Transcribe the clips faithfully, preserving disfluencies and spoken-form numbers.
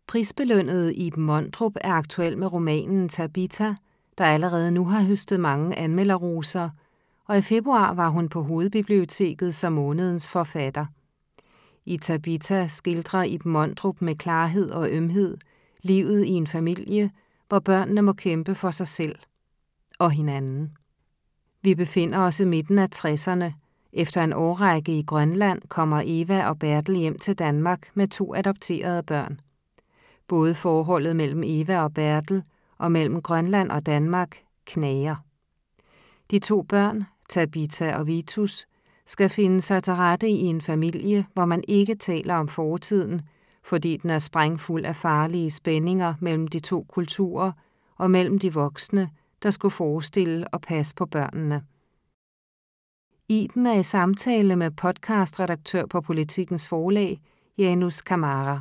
Prisbelønnede Iben Mondrup er aktuel med romanen Tabita, der allerede nu har høstet mange anmelderroser, og i februar var hun på Hovedbiblioteket som månedens forfatter. I Tabita skildrer Iben Mondrup med klarhed og ømhed livet i en familie, hvor børnene må kæmpe for sig selv og hinanden. Vi befinder os i midten af tresserne. Efter en årrække i Grønland kommer Eva og Bertel hjem til Danmark med to adopterede børn. Både forholdet mellem Eva og Bertel og mellem Grønland og Danmark knager. De to børn, Tabita og Vitus, skal finde sig til rette i en familie, hvor man ikke taler om fortiden, fordi den er sprængfuld af farlige spændinger mellem de to kulturer og mellem de voksne, der skulle forestille og passe på børnene. Iben er i samtale med podcastredaktør på Politikens Forlag, Janus Kamara.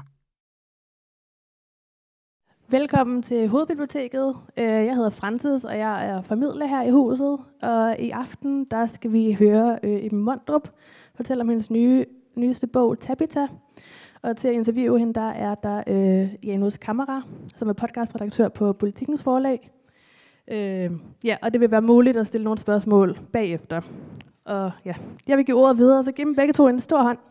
Velkommen til Hovedbiblioteket. Jeg hedder Francis, og jeg er formidler her i huset. Og i aften der skal vi høre Iben Mondrup fortælle om hendes nye, nyeste bog, Tabita. Og til at interviewe hende, der er der øh, Janus Kamara, som er podcastredaktør på Politikens Forlag. Øh, ja, og det vil være muligt at stille nogle spørgsmål bagefter. Og ja, jeg vil give ordet videre, så giv dem begge to en stor hånd.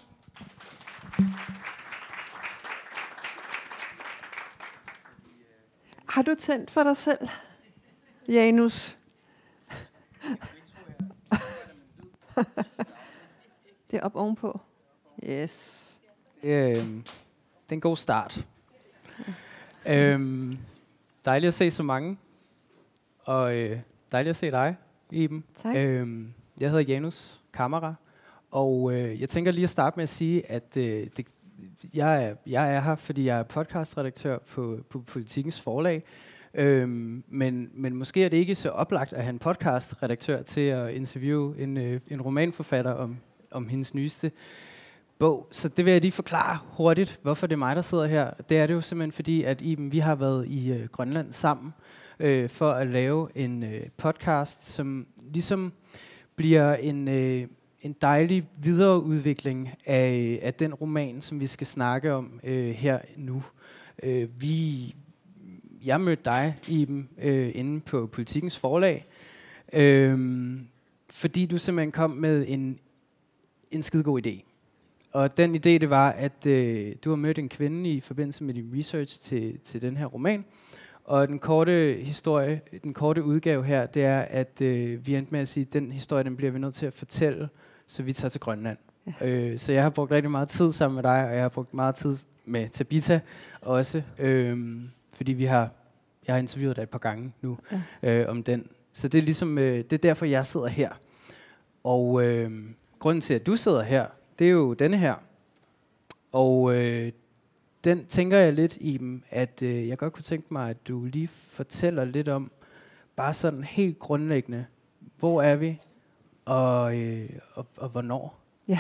Har du tændt for dig selv, Janus? Det er op ovenpå. Yes. Det er, øh, det er en god start. øhm, dejligt at se så mange. Og øh, dejligt at se dig, Iben. Tak. Øhm, jeg hedder Janus Kamara. Og øh, jeg tænker lige at starte med at sige, at øh, det, jeg, er, jeg er her, fordi jeg er podcastredaktør på, på Politikens Forlag. Øhm, men, men måske er det ikke så oplagt at have en podcastredaktør til at interviewe en, øh, en romanforfatter om, om hendes nyeste bog. Så det vil jeg lige forklare hurtigt, hvorfor det er mig, der sidder her. Det er det jo simpelthen fordi, at Iben, vi har været i øh, Grønland sammen øh, for at lave en øh, podcast, som ligesom bliver en, øh, en dejlig videreudvikling af, af den roman, som vi skal snakke om øh, her nu. Øh, vi, jeg mødte dig, Iben, øh, inde på Politikens Forlag, øh, fordi du simpelthen kom med en, en skidegod idé. Og den idé, det var, at øh, du har mødt en kvinde i forbindelse med din research til, til den her roman. Og den korte historie, den korte udgave her, det er, at øh, vi endte med at sige, at den historie, den bliver vi nødt til at fortælle, så vi tager til Grønland. Ja. Øh, så jeg har brugt rigtig meget tid sammen med dig, og jeg har brugt meget tid med Tabita også, øh, fordi vi har, jeg har interviewet dig et par gange nu ja. øh, om den. Så det er ligesom, øh, det er derfor, jeg sidder her. Og øh, grunden til, at du sidder her, det er jo denne her. Og øh, den tænker jeg lidt i dem, at øh, jeg godt kunne tænke mig, at du lige fortæller lidt om, bare sådan helt grundlæggende, hvor er vi, og, øh, og, og hvornår? Ja.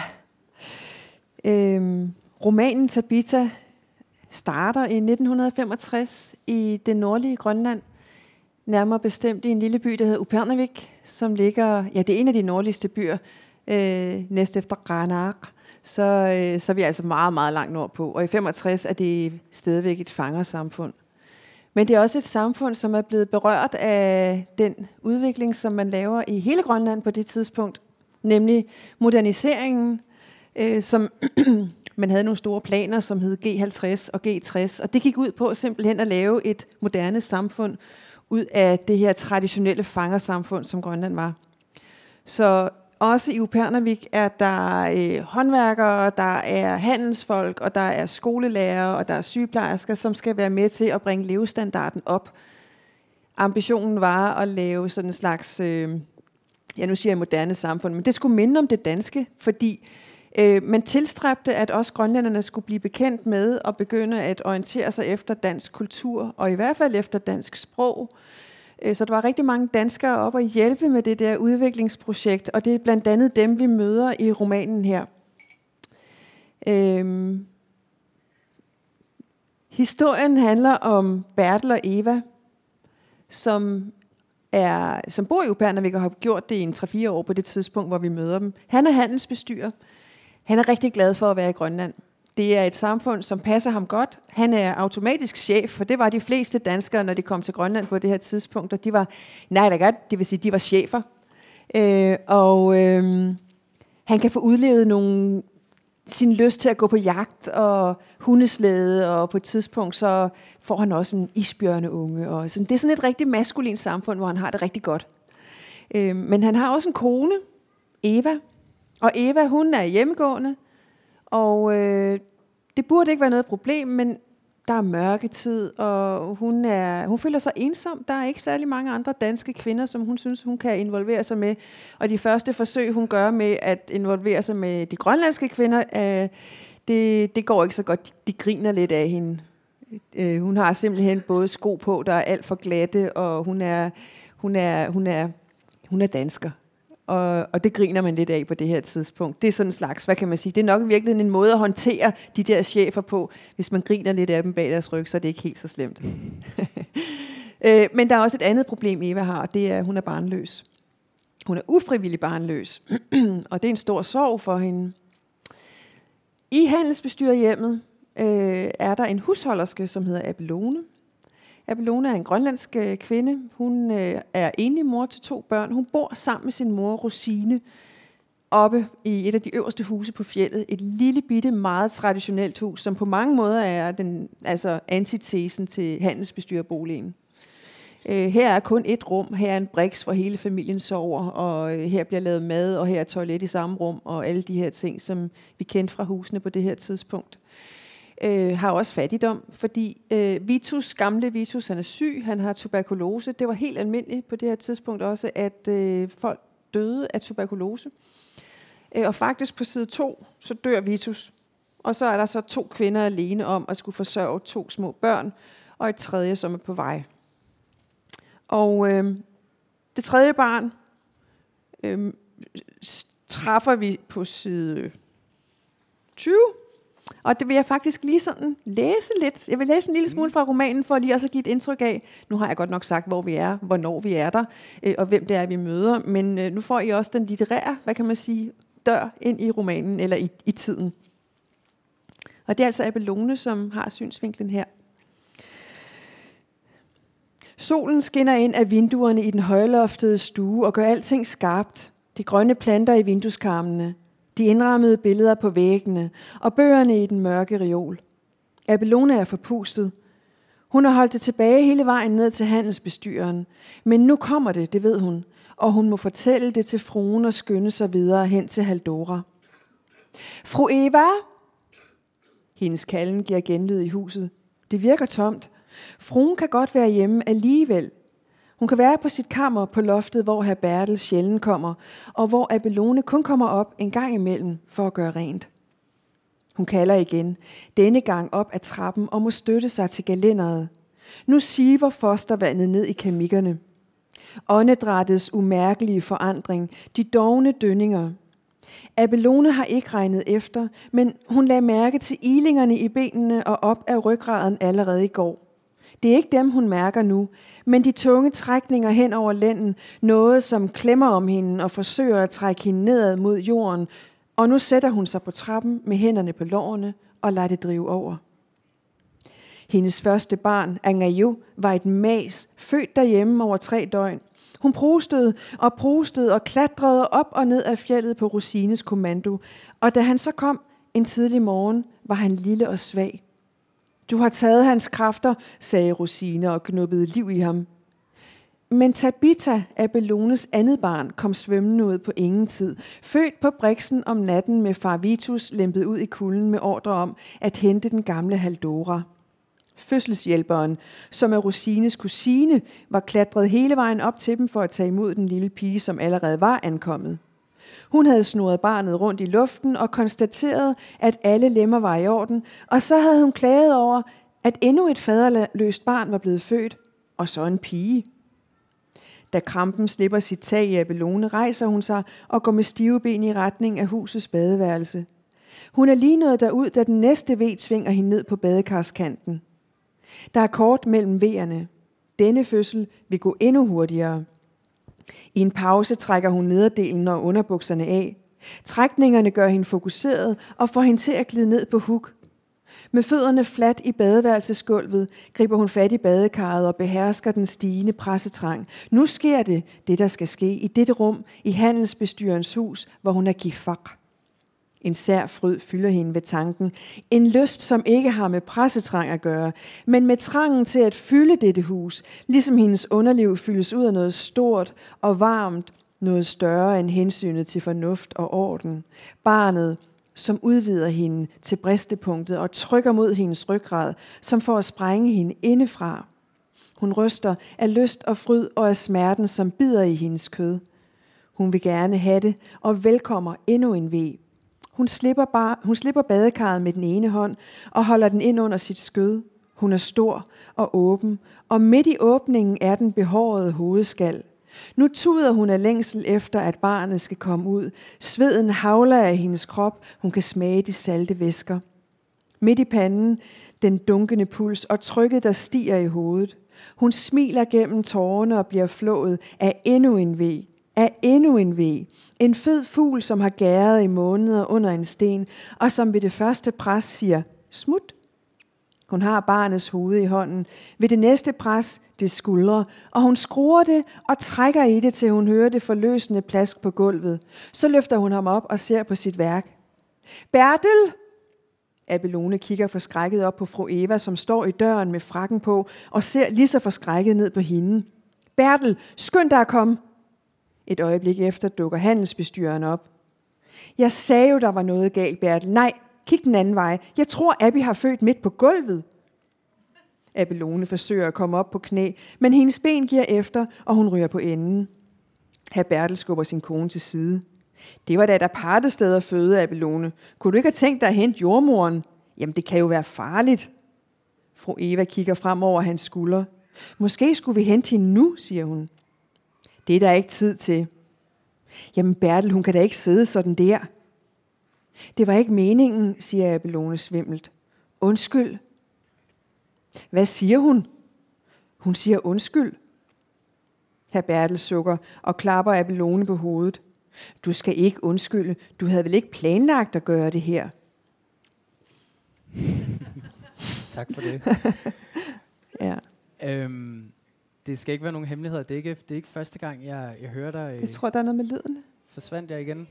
Øhm, romanen Tabita starter i nitten femogtres i det nordlige Grønland, nærmere bestemt i en lille by, der hedder Upernavik, som ligger, ja, det er en af de nordligste byer, øh, næst efter Qaanaaq. Så, øh, så er vi altså meget, meget langt nordpå. Og i femogtres er det stadigvæk et fangersamfund. Men det er også et samfund, som er blevet berørt af den udvikling, som man laver i hele Grønland på det tidspunkt. Nemlig moderniseringen, øh, som man havde nogle store planer, som hed G halvtreds og G tres. Og det gik ud på simpelthen at lave et moderne samfund ud af det her traditionelle fangersamfund, som Grønland var. Så også i Upernavik er der øh, håndværkere, der er handelsfolk, og der er skolelærere, og der er sygeplejersker, som skal være med til at bringe levestandarden op. Ambitionen var at lave sådan en slags, øh, ja nu siger jeg moderne samfund, men det skulle minde om det danske, fordi øh, man tilstræbte, at også grønlænderne skulle blive bekendt med og begynde at orientere sig efter dansk kultur, og i hvert fald efter dansk sprog. Så der var rigtig mange danskere op og hjælpe med det der udviklingsprojekt, og det er blandt andet dem, vi møder i romanen her. Øhm. Historien handler om Bertel og Eva, som, er, som bor i Upernavik og har gjort det i en tre fire år på det tidspunkt, hvor vi møder dem. Han er handelsbestyrer. Han er rigtig glad for at være i Grønland. Det er et samfund, som passer ham godt. Han er automatisk chef, for det var de fleste danskere, når de kom til Grønland på det her tidspunkt. Og de var, nej, det er godt, det vil sige, de var chefer. Øh, og øh, han kan få udlevet nogle, sin lyst til at gå på jagt og hundeslæde, og på et tidspunkt så får han også en isbjørneunge. Og sådan. Det er sådan et rigtig maskulint samfund, hvor han har det rigtig godt. Øh, men han har også en kone, Eva. Og Eva, hun er hjemmegående. Og øh, det burde ikke være noget problem, men der er mørketid, og hun, er, hun føler sig ensom. Der er ikke særlig mange andre danske kvinder, som hun synes, hun kan involvere sig med. Og de første forsøg, hun gør med at involvere sig med de grønlandske kvinder, øh, det, det går ikke så godt. De, de griner lidt af hende. Øh, hun har simpelthen både sko på, der er alt for glatte, og hun er, hun er, hun er, hun er dansker. Og, og det griner man lidt af på det her tidspunkt. Det er sådan en slags, hvad kan man sige, det er nok i virkeligheden en måde at håndtere de der chefer på. Hvis man griner lidt af dem bag deres ryg, så er det ikke helt så slemt. øh, men der er også et andet problem, Eva har, og det er, at hun er barnløs. Hun er ufrivillig barnløs, og det er en stor sorg for hende. I handelsbestyrerhjemmet øh, er der en husholderske, som hedder Abelone. Abelone er en grønlandsk øh, kvinde. Hun øh, er enlig mor til to børn. Hun bor sammen med sin mor, Rosine, oppe i et af de øverste huse på fjeldet. Et lille bitte, meget traditionelt hus, som på mange måder er den, altså antitesen til handelsbestyrerboligen. Øh, her er kun et rum. Her er en briks, hvor hele familien sover, og øh, her bliver lavet mad, og her er toilet i samme rum, og alle de her ting, som vi kendte fra husene på det her tidspunkt. Øh, har også fattigdom, fordi øh, Vitus, gamle Vitus, han er syg, han har tuberkulose. Det var helt almindeligt på det her tidspunkt også, at øh, folk døde af tuberkulose. Øh, og faktisk på side to, så dør Vitus. Og så er der så to kvinder alene om at skulle forsørge to små børn, og et tredje, som er på vej. Og øh, det tredje barn øh, træffer vi på side tyve. Og det vil jeg faktisk lige sådan læse lidt. Jeg vil læse en lille smule fra romanen, for lige også at give et indtryk af, nu har jeg godt nok sagt, hvor vi er, hvornår vi er der, øh, og hvem det er, vi møder. Men øh, nu får I også den litterære, hvad kan man sige, dør ind i romanen, eller i, i tiden. Og det er altså Abelone, som har synsvinklen her. Solen skinner ind af vinduerne i den højloftede stue og gør alting skarpt. De grønne planter i vindueskarmene, de indrammede billeder på væggene og bøgerne i den mørke reol. Abelone er forpustet. Hun har holdt det tilbage hele vejen ned til handelsbestyreren. Men nu kommer det, det ved hun, og hun må fortælle det til fruen og skynde sig videre hen til Haldora. Fru Eva! Hendes kalden giver genlyd i huset. Det virker tomt. Fruen kan godt være hjemme alligevel. Hun kan være på sit kammer på loftet, hvor herr Bertel sjældent kommer, og hvor Abelone kun kommer op en gang imellem for at gøre rent. Hun kalder igen, denne gang op ad trappen og må støtte sig til gelænderet. Nu siver fostervandet ned i kamikkerne. Åndedrættets umærkelige forandring, de dovne dønninger. Abelone har ikke regnet efter, men hun lagde mærke til ilingerne i benene og op af ryggraden allerede i går. Det er ikke dem, hun mærker nu, men de tunge trækninger hen over lænden, noget som klemmer om hende og forsøger at trække hende nedad mod jorden, og nu sætter hun sig på trappen med hænderne på lårene og lader det drive over. Hendes første barn, Angayo, var et mas, født derhjemme over tre døgn. Hun prustede og prustede og klatrede op og ned af fjeldet på Rosines kommando, og da han så kom en tidlig morgen, var han lille og svag. Du har taget hans kræfter, sagde Rosine og knuppede liv i ham. Men Tabita, Abelones andet barn, kom svømmende ud på ingen tid, født på briksen om natten med far Vitus lempet ud i kulden med ordre om at hente den gamle Haldora. Fødselshjælperen, som er Rosines kusine, var klatret hele vejen op til dem for at tage imod den lille pige, som allerede var ankommet. Hun havde snurret barnet rundt i luften og konstateret, at alle lemmer var i orden, og så havde hun klaget over, at endnu et faderløst barn var blevet født, og så en pige. Da krampen slipper sit tag i Abelone, rejser hun sig og går med stive ben i retning af husets badeværelse. Hun er lige nået derud, da den næste ved tvinger hende ned på badekarsskanten. Der er kort mellem veerne. Denne fødsel vil gå endnu hurtigere. I en pause trækker hun nederdelen og underbukserne af. Trækningerne gør hende fokuseret og får hende til at glide ned på huk. Med fødderne fladt i badeværelsesgulvet griber hun fat i badekarret og behersker den stigende pressetrang. Nu sker det, det der skal ske, i dette rum i handelsbestyrens hus, hvor hun er gifak. En sær fryd fylder hende ved tanken. En lyst, som ikke har med pressetrang at gøre, men med trangen til at fylde dette hus, ligesom hendes underliv fyldes ud af noget stort og varmt, noget større end hensynet til fornuft og orden. Barnet, som udvider hende til bristepunktet og trykker mod hendes ryggrad, som for at sprænge hende indefra. Hun ryster af lyst og fryd og af smerten, som bider i hendes kød. Hun vil gerne have det og velkommer endnu en vej. Hun slipper, bare, hun slipper badekarret med den ene hånd og holder den ind under sit skød. Hun er stor og åben, og midt i åbningen er den behårede hovedskal. Nu tuder hun af længsel efter, at barnet skal komme ud. Sveden havler af hendes krop. Hun kan smage de salte væsker. Midt i panden, den dunkende puls og trykket, der stiger i hovedet. Hun smiler gennem tårerne og bliver flået af endnu en vej. Af endnu en vej. En fed fugl, som har gæret i måneder under en sten, og som ved det første pres siger, smut. Hun har barnets hoved i hånden. Ved det næste pres, det skuldre, og hun skruer det og trækker i det, til hun hører det forløsende plask på gulvet. Så løfter hun ham op og ser på sit værk. Bertel! Abelone kigger forskrækket op på fru Eva, som står i døren med frakken på, og ser lige så forskrækket ned på hende. Bertel, skynd dig at komme! Et øjeblik efter dukker handelsbestyreren op. Jeg sagde jo, der var noget galt, Bertel. Nej, kig den anden vej. Jeg tror, Abby har født midt på gulvet. Abelone forsøger at komme op på knæ, men hendes ben giver efter, og hun ryger på enden. Herr Bertel skubber sin kone til side. Det var da et aparte sted at føde, Abelone. Kunne du ikke have tænkt dig at hente jordmoren? Jamen, det kan jo være farligt. Fru Eva kigger frem over hans skulder. Måske skulle vi hente hende nu, siger hun. Det er der ikke tid til. Jamen Bertel, hun kan da ikke sidde sådan der. Det var ikke meningen, siger Abelone svimmelt. Undskyld. Hvad siger hun? Hun siger undskyld. Herr Bertel sukker og klapper Abelone på hovedet. Du skal ikke undskylde. Du havde vel ikke planlagt at gøre det her? Tak for det. Ja. Øhm, det skal ikke være nogen hemmeligheder. Det er ikke, det er ikke første gang, jeg, jeg hører dig. Jeg tror, der er noget med lyden. Forsvandt jeg igen?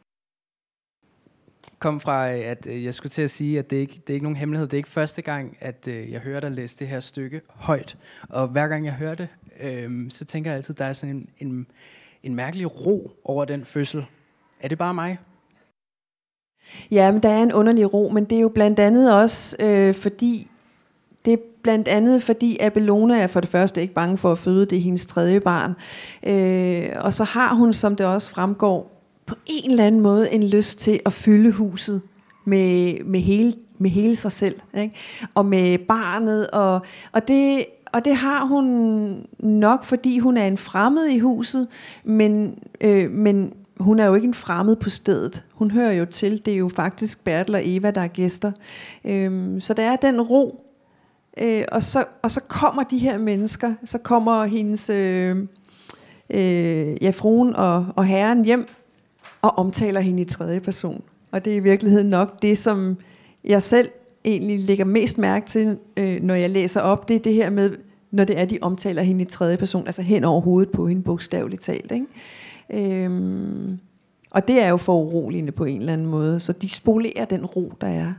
Kom fra, at øh, jeg skulle til at sige, at det ikke det er ikke nogen hemmelighed. Det er ikke første gang, at øh, jeg hører dig læse det her stykke højt. Og hver gang jeg hører det, øh, så tænker jeg altid, at der er sådan en, en, en mærkelig ro over den fødsel. Er det bare mig? Ja, men der er en underlig ro, men det er jo blandt andet også øh, fordi, det er blandt andet fordi Abelone er for det første ikke bange for at føde, det er hendes tredje barn. Øh, og så har hun, som det også fremgår, på en eller anden måde en lyst til at fylde huset med, med, hele, med hele sig selv, ikke? Og med barnet, og, og, det, og det har hun nok, fordi hun er en fremmed i huset, men, øh, men hun er jo ikke en fremmed på stedet. Hun hører jo til, det er jo faktisk Bertel og Eva, der er gæster. Øh, så der er den ro, øh, og, så, og så kommer de her mennesker, så kommer hendes øh, øh, ja, fruen og, og herren hjem, og omtaler hende i tredje person. Og det er i virkeligheden nok det, som jeg selv egentlig lægger mest mærke til, øh, når jeg læser op, det er det her med, når det er, de omtaler hende i tredje person, altså hen over hovedet på hende, bogstaveligt talt. Ikke? Øhm, og det er jo for uroligende på en eller anden måde, så de spolerer den ro, der er.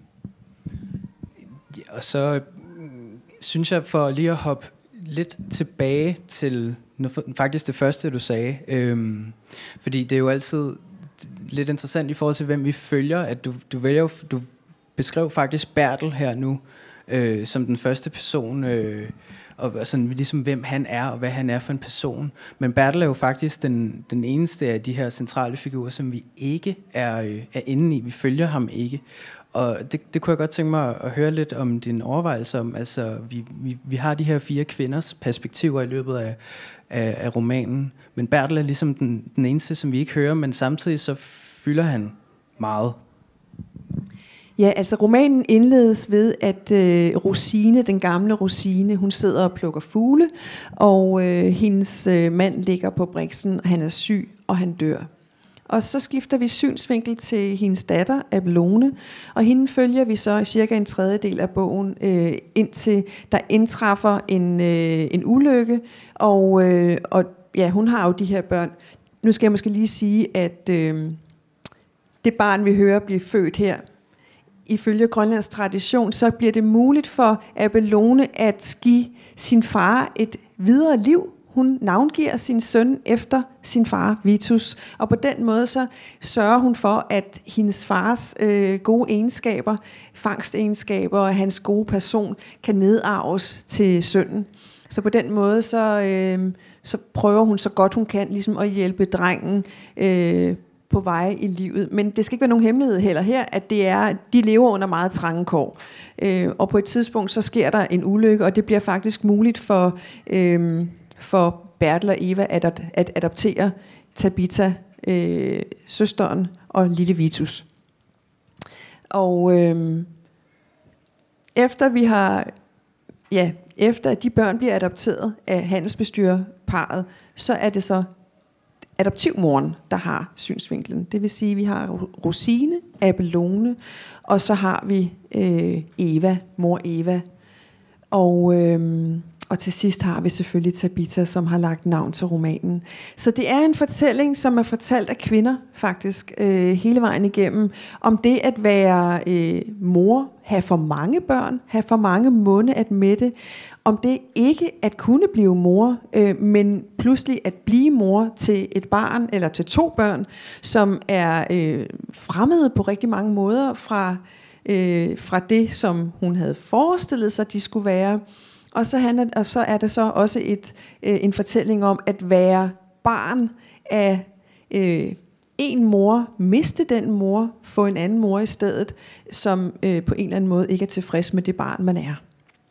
Ja, og så synes jeg, for lige at hoppe lidt tilbage til faktisk det første, du sagde. Øhm, fordi det er jo altid lidt interessant i forhold til, hvem vi følger, at du, du vælger, du beskrev faktisk Bertel her nu, øh, som den første person, øh, og sådan ligesom hvem han er, og hvad han er for en person. Men Bertel er jo faktisk den, den eneste af de her centrale figurer, som vi ikke er, øh, er inde i. Vi følger ham ikke. Og det, det kunne jeg godt tænke mig at høre lidt om din overvejelse om. Altså, vi, vi, vi har de her fire kvinders perspektiver i løbet af, af, af romanen, men Bertel er ligesom den, den eneste, som vi ikke hører, men samtidig så fylder han meget. Ja, altså romanen indledes ved, at øh, Rosine, den gamle Rosine, hun sidder og plukker fugle, og øh, hendes øh, mand ligger på briksen, han er syg, og han dør. og så skifter vi synsvinkel til hendes datter, Abelone, og hende følger vi så cirka en tredjedel af bogen, øh, indtil der indtræffer en, øh, en ulykke, og, øh, og ja, hun har jo de her børn. Nu skal jeg måske lige sige, at øh, det barn, vi hører, bliver født her. Ifølge Grønlands tradition, så bliver det muligt for Abelone at give sin far et videre liv. Hun navngiver sin søn efter sin far, Vitus. Og på den måde så sørger hun for, at hendes fars øh, gode egenskaber, fangstegenskaber og hans gode person kan nedarves til sønnen. Så på den måde så, øh, så prøver hun så godt hun kan ligesom at hjælpe drengen øh, på vej i livet. Men det skal ikke være nogen hemmelighed heller her, at det er, de lever under meget trange kår. Øh, og på et tidspunkt så sker der en ulykke, og det bliver faktisk muligt for, øh, for Bertel og Eva at, at adoptere Tabitha, øh, søsteren og lille Vitus. Og øh, efter vi har... Ja, efter at de børn bliver adopteret af handelsbestyrerparret, så er det så adoptivmoren, der har synsvinklen. Det vil sige, at vi har Rosine, Abelone, og så har vi øh, Eva, mor Eva. Og, øh, og til sidst har vi selvfølgelig Tabitha, som har lagt navn til romanen. Så det er en fortælling, som er fortalt af kvinder faktisk øh, hele vejen igennem, om det at være øh, mor, have for mange børn, have for mange munde at mætte, om det ikke at kunne blive mor, øh, men pludselig at blive mor til et barn eller til to børn, som er øh, fremmede på rigtig mange måder fra, øh, fra det, som hun havde forestillet sig, de skulle være. Og så, handler, og så er det så også et, øh, en fortælling om at være barn af øh, en mor, miste den mor, få en anden mor i stedet, som øh, på en eller anden måde ikke er tilfreds med det barn, man er.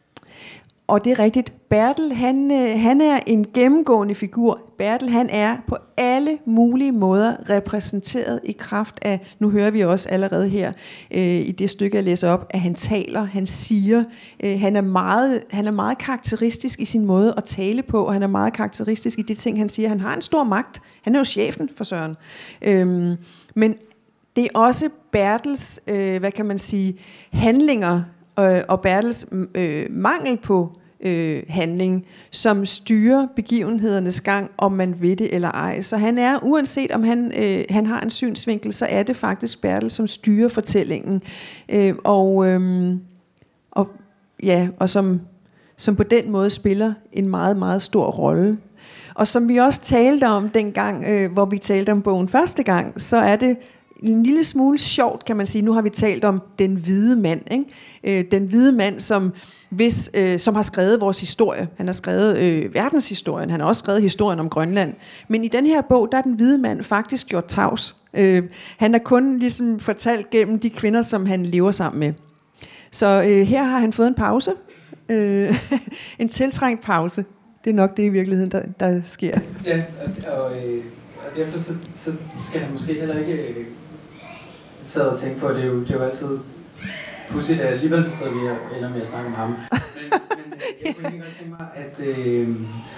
Og det er rigtigt. Bertel, han, øh, han er en gennemgående figur. Bertel, han er på alle mulige måder repræsenteret i kraft af, nu hører vi også allerede her øh, i det stykke, jeg læser op, at han taler, han siger. Øh, han, er meget, han er meget karakteristisk i sin måde at tale på, og han er meget karakteristisk i de ting, han siger. Han har en stor magt. Han er jo chefen for Søren. Øh, men det er også Bertels, øh, hvad kan man sige, handlinger, øh, og Bertels øh, mangel på Øh, handling, som styrer begivenhedernes gang, om man ved det eller ej. Så han er, uanset om han, øh, han har en synsvinkel, så er det faktisk Bertel, som styrer fortællingen. Øh, og, øh, og, ja, og som, som på den måde spiller en meget, meget stor rolle. Og som vi også talte om dengang, øh, hvor vi talte om bogen første gang, så er det en lille smule sjovt, kan man sige. Nu har vi talt om den hvide mand, ikke? Øh, den hvide mand, som Hvis, øh, som har skrevet vores historie. Han har skrevet øh, verdenshistorien. Han har også skrevet historien om Grønland. Men i den her bog, der er den hvide mand faktisk gjort tavs. Øh, han er kun ligesom fortalt gennem de kvinder, som han lever sammen med. Så øh, her har han fået en pause. Øh, en tiltrængt pause. Det er nok det i virkeligheden, der, der sker. Ja, og, og, øh, og derfor så, så skal han måske heller ikke øh, sidde og tænke på, at det er jo, det er jo altid pudsigt, at alligevel så sidder vi og ender med at snakke om ham. Men, men øh, jeg kunne ikke godt tænke mig, at, øh,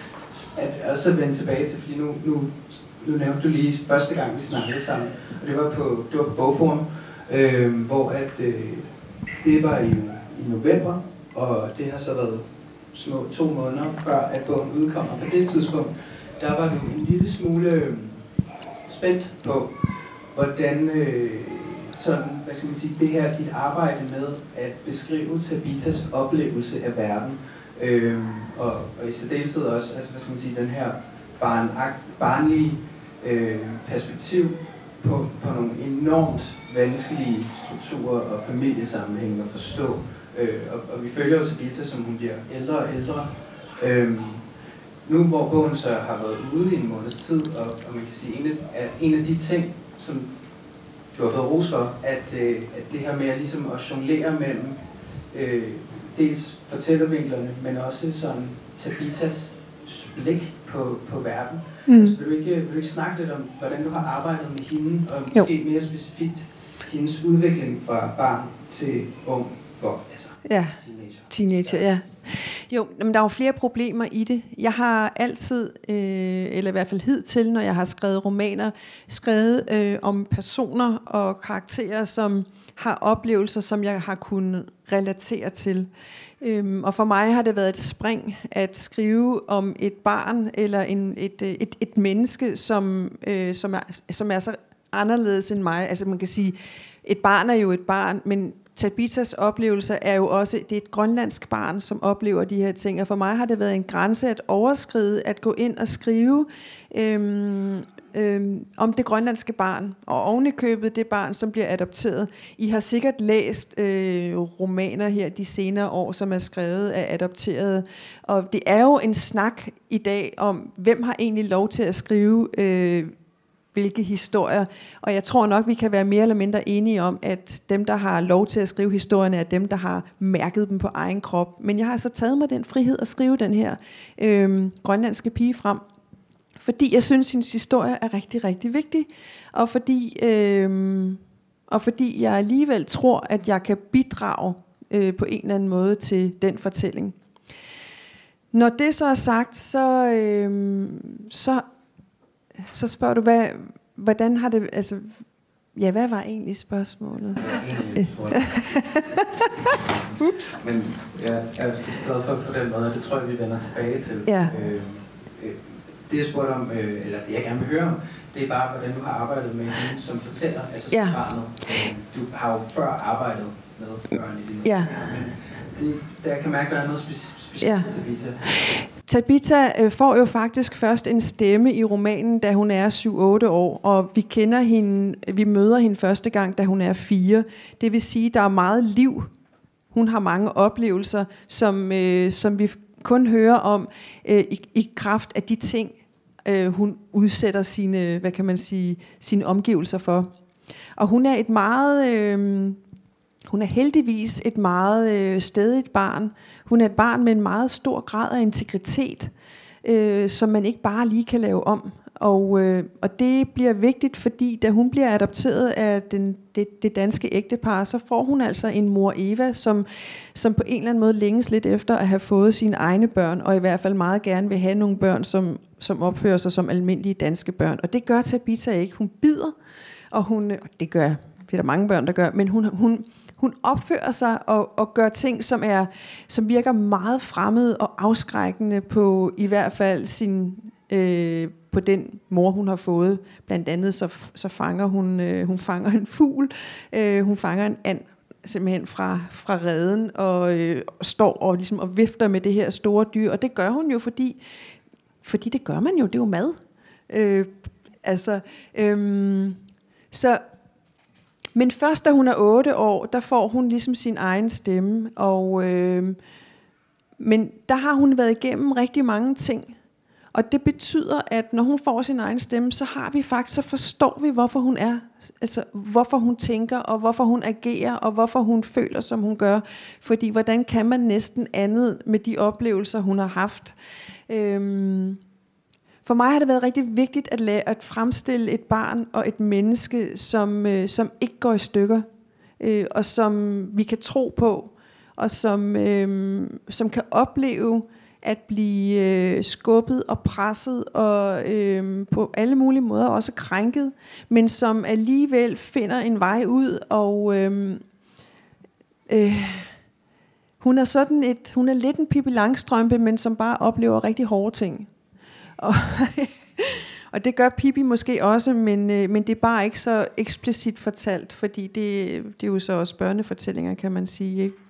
at også vende tilbage til, fordi nu, nu, nu nævnte du lige første gang, vi snakkede sammen, og det var på, det var på Bogforum, øh, hvor at, øh, det var i, i november, og det har så været små to måneder før, at bogen udkommer. På det tidspunkt, der var du en lille smule øh, spændt på, hvordan øh, sådan, hvad skal man sige, det her dit arbejde med at beskrive Tabithas oplevelse af verden, øh, og, og i særdeleshed også, altså hvad skal man sige, den her barn, barnlige øh, perspektiv på, på nogle enormt vanskelige strukturer og familiesammenhænge at forstå. Øh, og, og vi følger jo Tabitha, som hun bliver ældre og ældre. Øh, nu hvor bogen så har været ude i en måneds tid, og, og man kan sige, en af, en af de ting, som du har fået ros for, at, øh, at det her med at, ligesom at jonglere mellem øh, dels fortællervinklerne, men også sådan Tabithas blik på, på verden. Mm. Altså, vil, du ikke, vil du ikke snakke lidt om, hvordan du har arbejdet med hende, og måske jo. mere specifikt hendes udvikling fra barn til ung, og altså ja. teenager? Teenager, ja. Jo, men der er jo flere problemer i det. Jeg har altid, øh, eller i hvert fald hidtil, når jeg har skrevet romaner, skrevet øh, om personer og karakterer, som har oplevelser, som jeg har kunnet relatere til. Øhm, og for mig har det været et spring at skrive om et barn eller en, et, et, et menneske, som, øh, som, er, som er så anderledes end mig. Altså man kan sige, et barn er jo et barn, men Tabitas oplevelser er jo også, det er et grønlandsk barn, som oplever de her ting. Og for mig har det været en grænse at overskride, at gå ind og skrive øhm, øhm, om det grønlandske barn. Og oven i købet det barn, som bliver adopteret. I har sikkert læst øh, romaner her de senere år, som er skrevet af adopterede. Og det er jo en snak i dag om, hvem har egentlig lov til at skrive øh, hvilke historier. Og jeg tror nok, vi kan være mere eller mindre enige om, at dem, der har lov til at skrive historierne, er dem, der har mærket dem på egen krop. Men jeg har så taget mig den frihed at skrive den her øh, grønlandske pige frem, fordi jeg synes, hendes historie er rigtig, rigtig vigtig. Og fordi, øh, og fordi jeg alligevel tror, at jeg kan bidrage øh, på en eller anden måde til den fortælling. Når det så er sagt, så... Øh, så Så spørger du, hvad, hvordan har det, altså, ja, hvad var egentlig spørgsmålet? Ups. Men jeg er glad for på den måde, og det tror jeg, vi vender tilbage til. Ja. Øh, øh, det jeg spurgte om, øh, eller det jeg gerne vil høre om, det er bare, hvordan du har arbejdet med hende som fortæller, altså som ja. barnet. Øh, du har jo før arbejdet med børn i dine ja. men det, der kan mærke, at der er noget speci- specielt ja. med Tabita. Tabita øh, får jo faktisk først en stemme i romanen, da hun er syv otte år, og vi kender hende, vi møder hende første gang, da hun er fire. Det vil sige, der er meget liv. Hun har mange oplevelser, som, øh, som vi kun hører om øh, i, i kraft af de ting, øh, hun udsætter sine, hvad kan man sige, sine omgivelser for. Og hun er et meget... Øh, Hun er heldigvis et meget øh, stædigt barn. Hun er et barn med en meget stor grad af integritet, øh, som man ikke bare lige kan lave om. Og, øh, og det bliver vigtigt, fordi da hun bliver adopteret af den, det, det danske ægtepar, så får hun altså en mor Eva, som, som på en eller anden måde længes lidt efter at have fået sine egne børn, og i hvert fald meget gerne vil have nogle børn, som, som opfører sig som almindelige danske børn. Og det gør Tabita ikke. Hun bider, og hun, det gør det er der mange børn, der gør, men hun... hun Hun opfører sig og, og gør ting, som er, som virker meget fremmede og afskrækkende på i hvert fald sin, øh, på den mor, hun har fået. Blandt andet så, så fanger hun, øh, hun fanger en fugl, øh, hun fanger en and simpelthen fra, fra reden og øh, står og, ligesom, og vifter med det her store dyr. Og det gør hun jo, fordi, fordi det gør man jo, det er jo mad. Øh, altså, øh, så... Men først da hun er otte år, der får hun ligesom sin egen stemme, og øh, men der har hun været igennem rigtig mange ting, og det betyder, at når hun får sin egen stemme, så har vi faktisk, så forstår vi hvorfor hun er, altså hvorfor hun tænker og hvorfor hun agerer og hvorfor hun føler som hun gør, fordi hvordan kan man næsten andet med de oplevelser hun har haft. Øh, For mig har det været rigtig vigtigt at, lade, at fremstille et barn og et menneske, som, øh, som ikke går i stykker, øh, og som vi kan tro på, og som, øh, som kan opleve at blive øh, skubbet og presset, og øh, på alle mulige måder også krænket, men som alligevel finder en vej ud, og øh, øh, hun er sådan et, hun er lidt en Pippi Langstrømpe, men som bare oplever rigtig hårde ting. Og, og det gør Pippi måske også, men, øh, men det er bare ikke så eksplicit fortalt, fordi det, det er jo så også børnefortællinger, kan man sige. Ikke?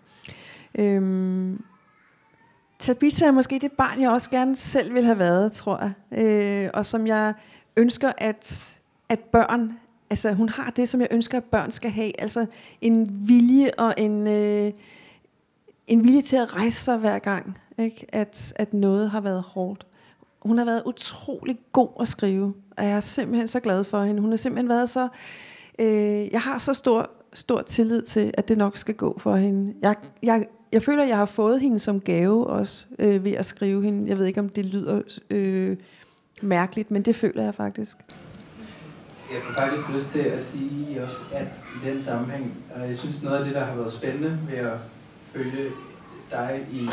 Øhm, Tabita er måske det barn, jeg også gerne selv ville have været, tror jeg. Øh, og som jeg ønsker, at, at børn, altså hun har det, som jeg ønsker, at børn skal have. Altså en vilje og en, øh, en vilje til at rejse sig hver gang, ikke? At, at noget har været hårdt. Hun har været utrolig god at skrive, og jeg er simpelthen så glad for hende. Hun har simpelthen været så... Øh, jeg har så stor, stor tillid til, at det nok skal gå for hende. Jeg, jeg, jeg føler, at jeg har fået hende som gave også, øh, ved at skrive hende. Jeg ved ikke, om det lyder øh, mærkeligt, men det føler jeg faktisk. Jeg får faktisk lyst til at sige også, at i den sammenhæng, og jeg synes noget af det, der har været spændende ved at følge dig i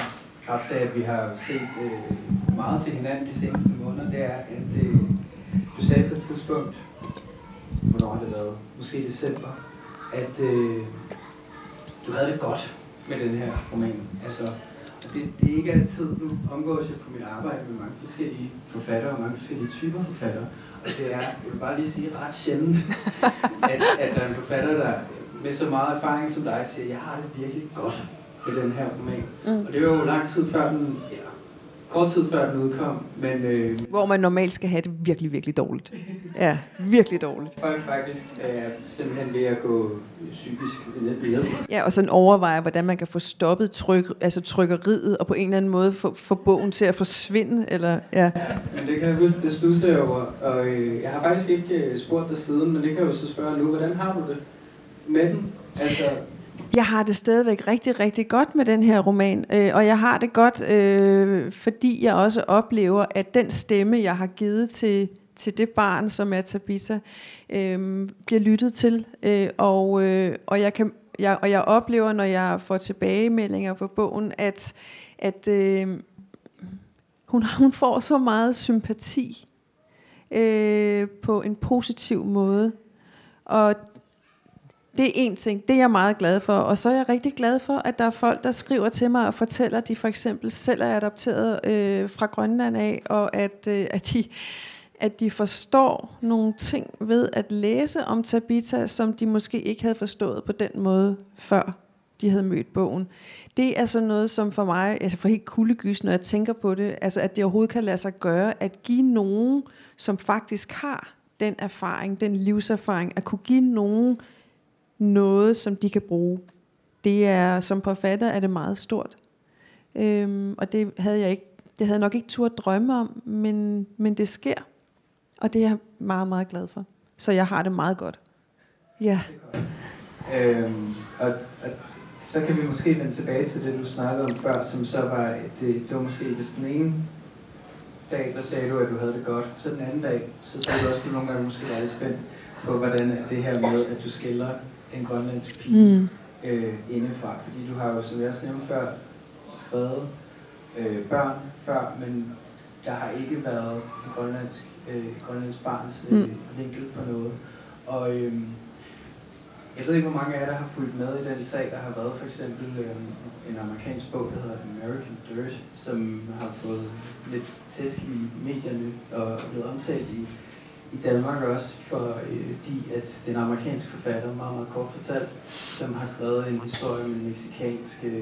kraft af, at vi har set øh, meget til hinanden de seneste måneder, det er, at øh, du sagde på et tidspunkt, hvornår har det været? Måske i december, at øh, du havde det godt med den her roman. Altså, det, det er ikke altid, nu omgås jeg på mit arbejde med mange forskellige forfattere og mange forskellige typer forfattere. Og det er, jeg vil bare lige sige, ret sjældent, at, at der er en forfatter, der med så meget erfaring som dig siger, jeg har det virkelig godt med den her roman. Mm. Og det var jo lang tid før den, ja, kort tid før den udkom, men... Øh, Hvor man normalt skal have det virkelig, virkelig dårligt. Ja, virkelig dårligt. Folk faktisk er simpelthen ved at gå psykisk ned. Ja, og sådan overveje, hvordan man kan få stoppet tryk, altså trykkeriet, og på en eller anden måde få, få bogen til at forsvinde, eller... Ja. Men det kan jeg huske, det stusser jeg over, og øh, jeg har faktisk ikke øh, spurgt dig siden, men det kan jeg jo så spørge nu, hvordan har du det med den? Altså... Jeg har det stadigvæk rigtig, rigtig godt med den her roman, øh, og jeg har det godt, øh, fordi jeg også oplever, at den stemme, jeg har givet til, til det barn, som er Tabitha, øh, bliver lyttet til, øh, og, øh, og, jeg kan, jeg, og jeg oplever, når jeg får tilbagemeldinger på bogen, at, at øh, hun, hun får så meget sympati øh, på en positiv måde, og det er en ting, det er jeg meget glad for, og så er jeg rigtig glad for, at der er folk, der skriver til mig og fortæller, at de for eksempel selv er adopteret øh, fra Grønland af, og at, øh, at, de, at de forstår nogle ting ved at læse om Tabitha, som de måske ikke havde forstået på den måde, før de havde mødt bogen. Det er sådan noget, som for mig, altså for helt kuldegys, når jeg tænker på det, altså at det overhovedet kan lade sig gøre, at give nogen, som faktisk har den erfaring, den livserfaring, at kunne give nogen noget, som de kan bruge. Det er, som forfatter er det meget stort. Øhm, og det havde jeg ikke, det havde jeg nok ikke turde drømme om, men, men det sker. Og det er jeg meget, meget glad for. Så jeg har det meget godt. Ja. Øhm, og, og så kan vi måske vende tilbage til det, du snakkede om før, som så var, det, det var måske hvis den ene dag, der sagde du, at du havde det godt. Så den anden dag, så sagde du også, at du nogle gange måske er lidt spændt på, hvordan er det her med, at du skiller en grønlandsk pige mm. øh, indefra. Fordi du har jo, som jeg også nævnte før, skrevet øh, børn før, men der har ikke været en grønlandsk, øh, grønlandsk barns øh, mm. vinkel på noget. Og øh, jeg ved ikke, hvor mange af jer, der har fulgt med i den sag, der har været for eksempel øh, en amerikansk bog, der hedder American Dirt, som har fået lidt tæsk i medierne og blevet omtalt i i Danmark også, fordi at den amerikanske forfatter, meget, meget kort fortalt, som har skrevet en historie om mexikanske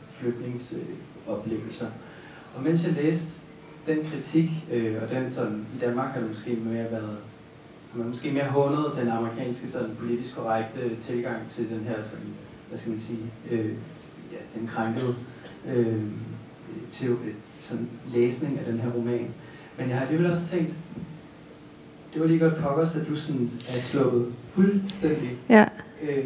flygtningsoplevelser. Og mens jeg læste den kritik, øh, og den sådan, i Danmark har det måske mere været, har man måske mere hånet den amerikanske sådan politisk korrekte tilgang til den her sådan, hvad skal man sige, øh, ja, den krænkede øh, til sådan læsning af den her roman. Men jeg har alligevel også tænkt, det var lige godt pokkers, at du sådan er sluppet fuldstændig ja. øh,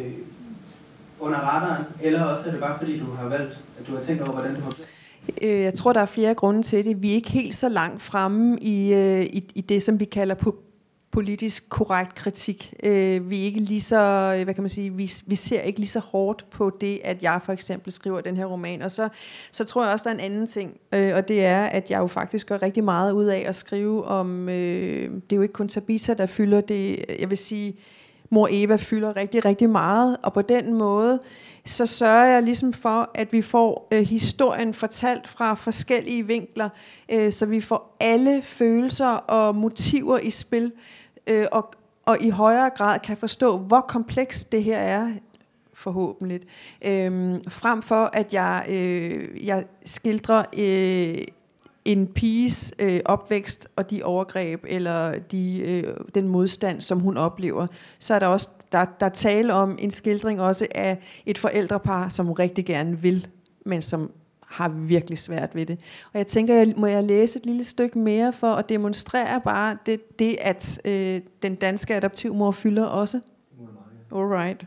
under radaren, eller også er det bare fordi, du har valgt, at du har tænkt over, hvordan du har... Jeg tror, der er flere grunde til det. Vi er ikke helt så langt fremme i, i, i det, som vi kalder po- politisk korrekt kritik. Vi er ikke lige så, hvad kan man sige, vi, vi ser ikke lige så hårdt på det, at jeg for eksempel skriver den her roman. Og så, så tror jeg også, der er en anden ting, og det er, at jeg jo faktisk gør rigtig meget ud af at skrive om, det er jo ikke kun Tabitha, der fylder det, jeg vil sige, mor Eva fylder rigtig, rigtig meget, og på den måde, så sørger jeg ligesom for, at vi får øh, historien fortalt fra forskellige vinkler, øh, så vi får alle følelser og motiver i spil, øh, og, og i højere grad kan forstå, hvor komplekst det her er, forhåbentlig. Øh, frem for, at jeg, øh, jeg skildrer øh, en piges øh, opvækst og de overgreb eller de, øh, den modstand, som hun oplever, så er der også der, der tale om en skildring også af et forældrepar, som rigtig gerne vil, men som har virkelig svært ved det. Og jeg tænker, jeg, må jeg læse et lille stykke mere for at demonstrere bare det, det at øh, den danske adoptivmor fylder også? Alright.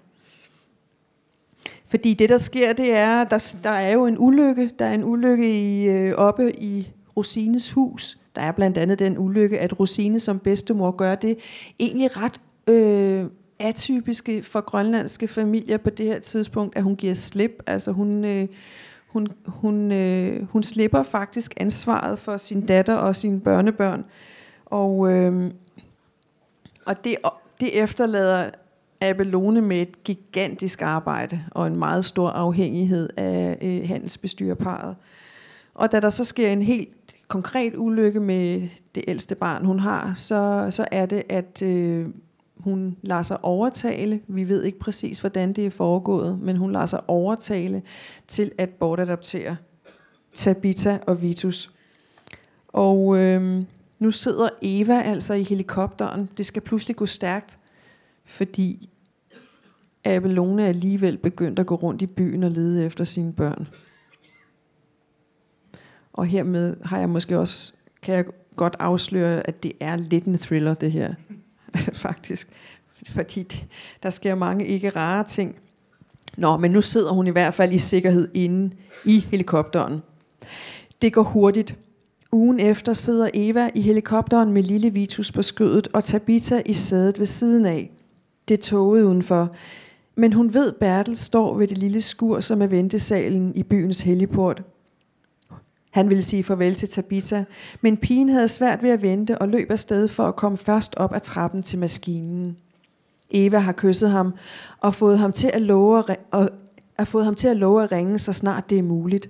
Fordi det, der sker, det er, der, der er jo en ulykke. Der er en ulykke i, øh, oppe i Rosines hus. Der er blandt andet den ulykke, at Rosine som bedstemor gør det egentlig ret øh, atypiske for grønlandske familier på det her tidspunkt, at hun giver slip. Altså hun, øh, Hun, hun, øh, hun slipper faktisk ansvaret for sin datter og sine børnebørn. Og, øh, og det, det efterlader Abelone med et gigantisk arbejde og en meget stor afhængighed af øh, handelsbestyrerparret. Og da der så sker en helt konkret ulykke med det ældste barn, hun har, så, så er det, at øh, hun lader sig overtale. Vi ved ikke præcis, hvordan det er foregået, men hun lader sig overtale til at bortadoptere Tabitha og Vitus. Og øh, nu sidder Eva altså i helikopteren. Det skal pludselig gå stærkt, fordi Abelone er alligevel begyndt at gå rundt i byen og lede efter sine børn. Og hermed har jeg måske også, kan jeg godt afsløre, at det er lidt en thriller, det her, faktisk. Fordi der sker mange ikke rare ting. Nå, men nu sidder hun i hvert fald i sikkerhed inde i helikopteren. Det går hurtigt. Ugen efter sidder Eva i helikopteren med lille Vitus på skødet og Tabitha i sædet ved siden af. Det er tåget udenfor. Men hun ved, Bertel står ved det lille skur, som er ventesalen i byens helligport. Han ville sige farvel til Tabitha, men pigen havde svært ved at vente og løb afsted for at komme først op ad trappen til maskinen. Eva har kysset ham og fået ham til at love at, og, har fået ham til at love at ringe, så snart det er muligt.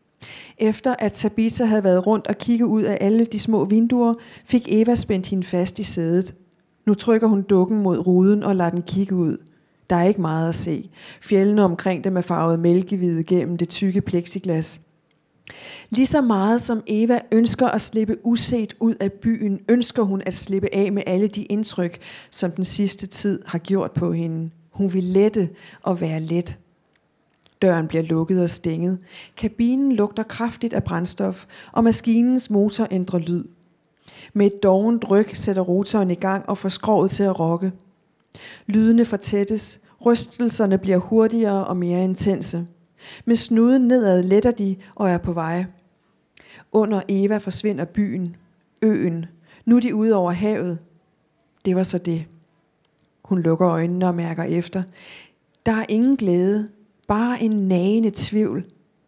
Efter at Tabitha havde været rundt og kigget ud af alle de små vinduer, fik Eva spændt hende fast i sædet. Nu trykker hun dukken mod ruden og lader den kigge ud. Der er ikke meget at se. Fjellene omkring dem er farvet mælkehvide gennem det tykke plexiglas. Lige så meget som Eva ønsker at slippe uset ud af byen, ønsker hun at slippe af med alle de indtryk, som den sidste tid har gjort på hende. Hun vil lette og være let. Døren bliver lukket og stænget. Kabinen lugter kraftigt af brændstof, og maskinens motor ændrer lyd. Med et dovent ryk sætter rotoren i gang og får skroget til at rokke. Lydene fortættes, rystelserne bliver hurtigere og mere intense. Med snuden nedad letter de og er på vej. Under Eva forsvinder byen, øen. Nu er de ude over havet. Det var så det. Hun lukker øjnene og mærker efter. Der er ingen glæde, bare en nagende tvivl.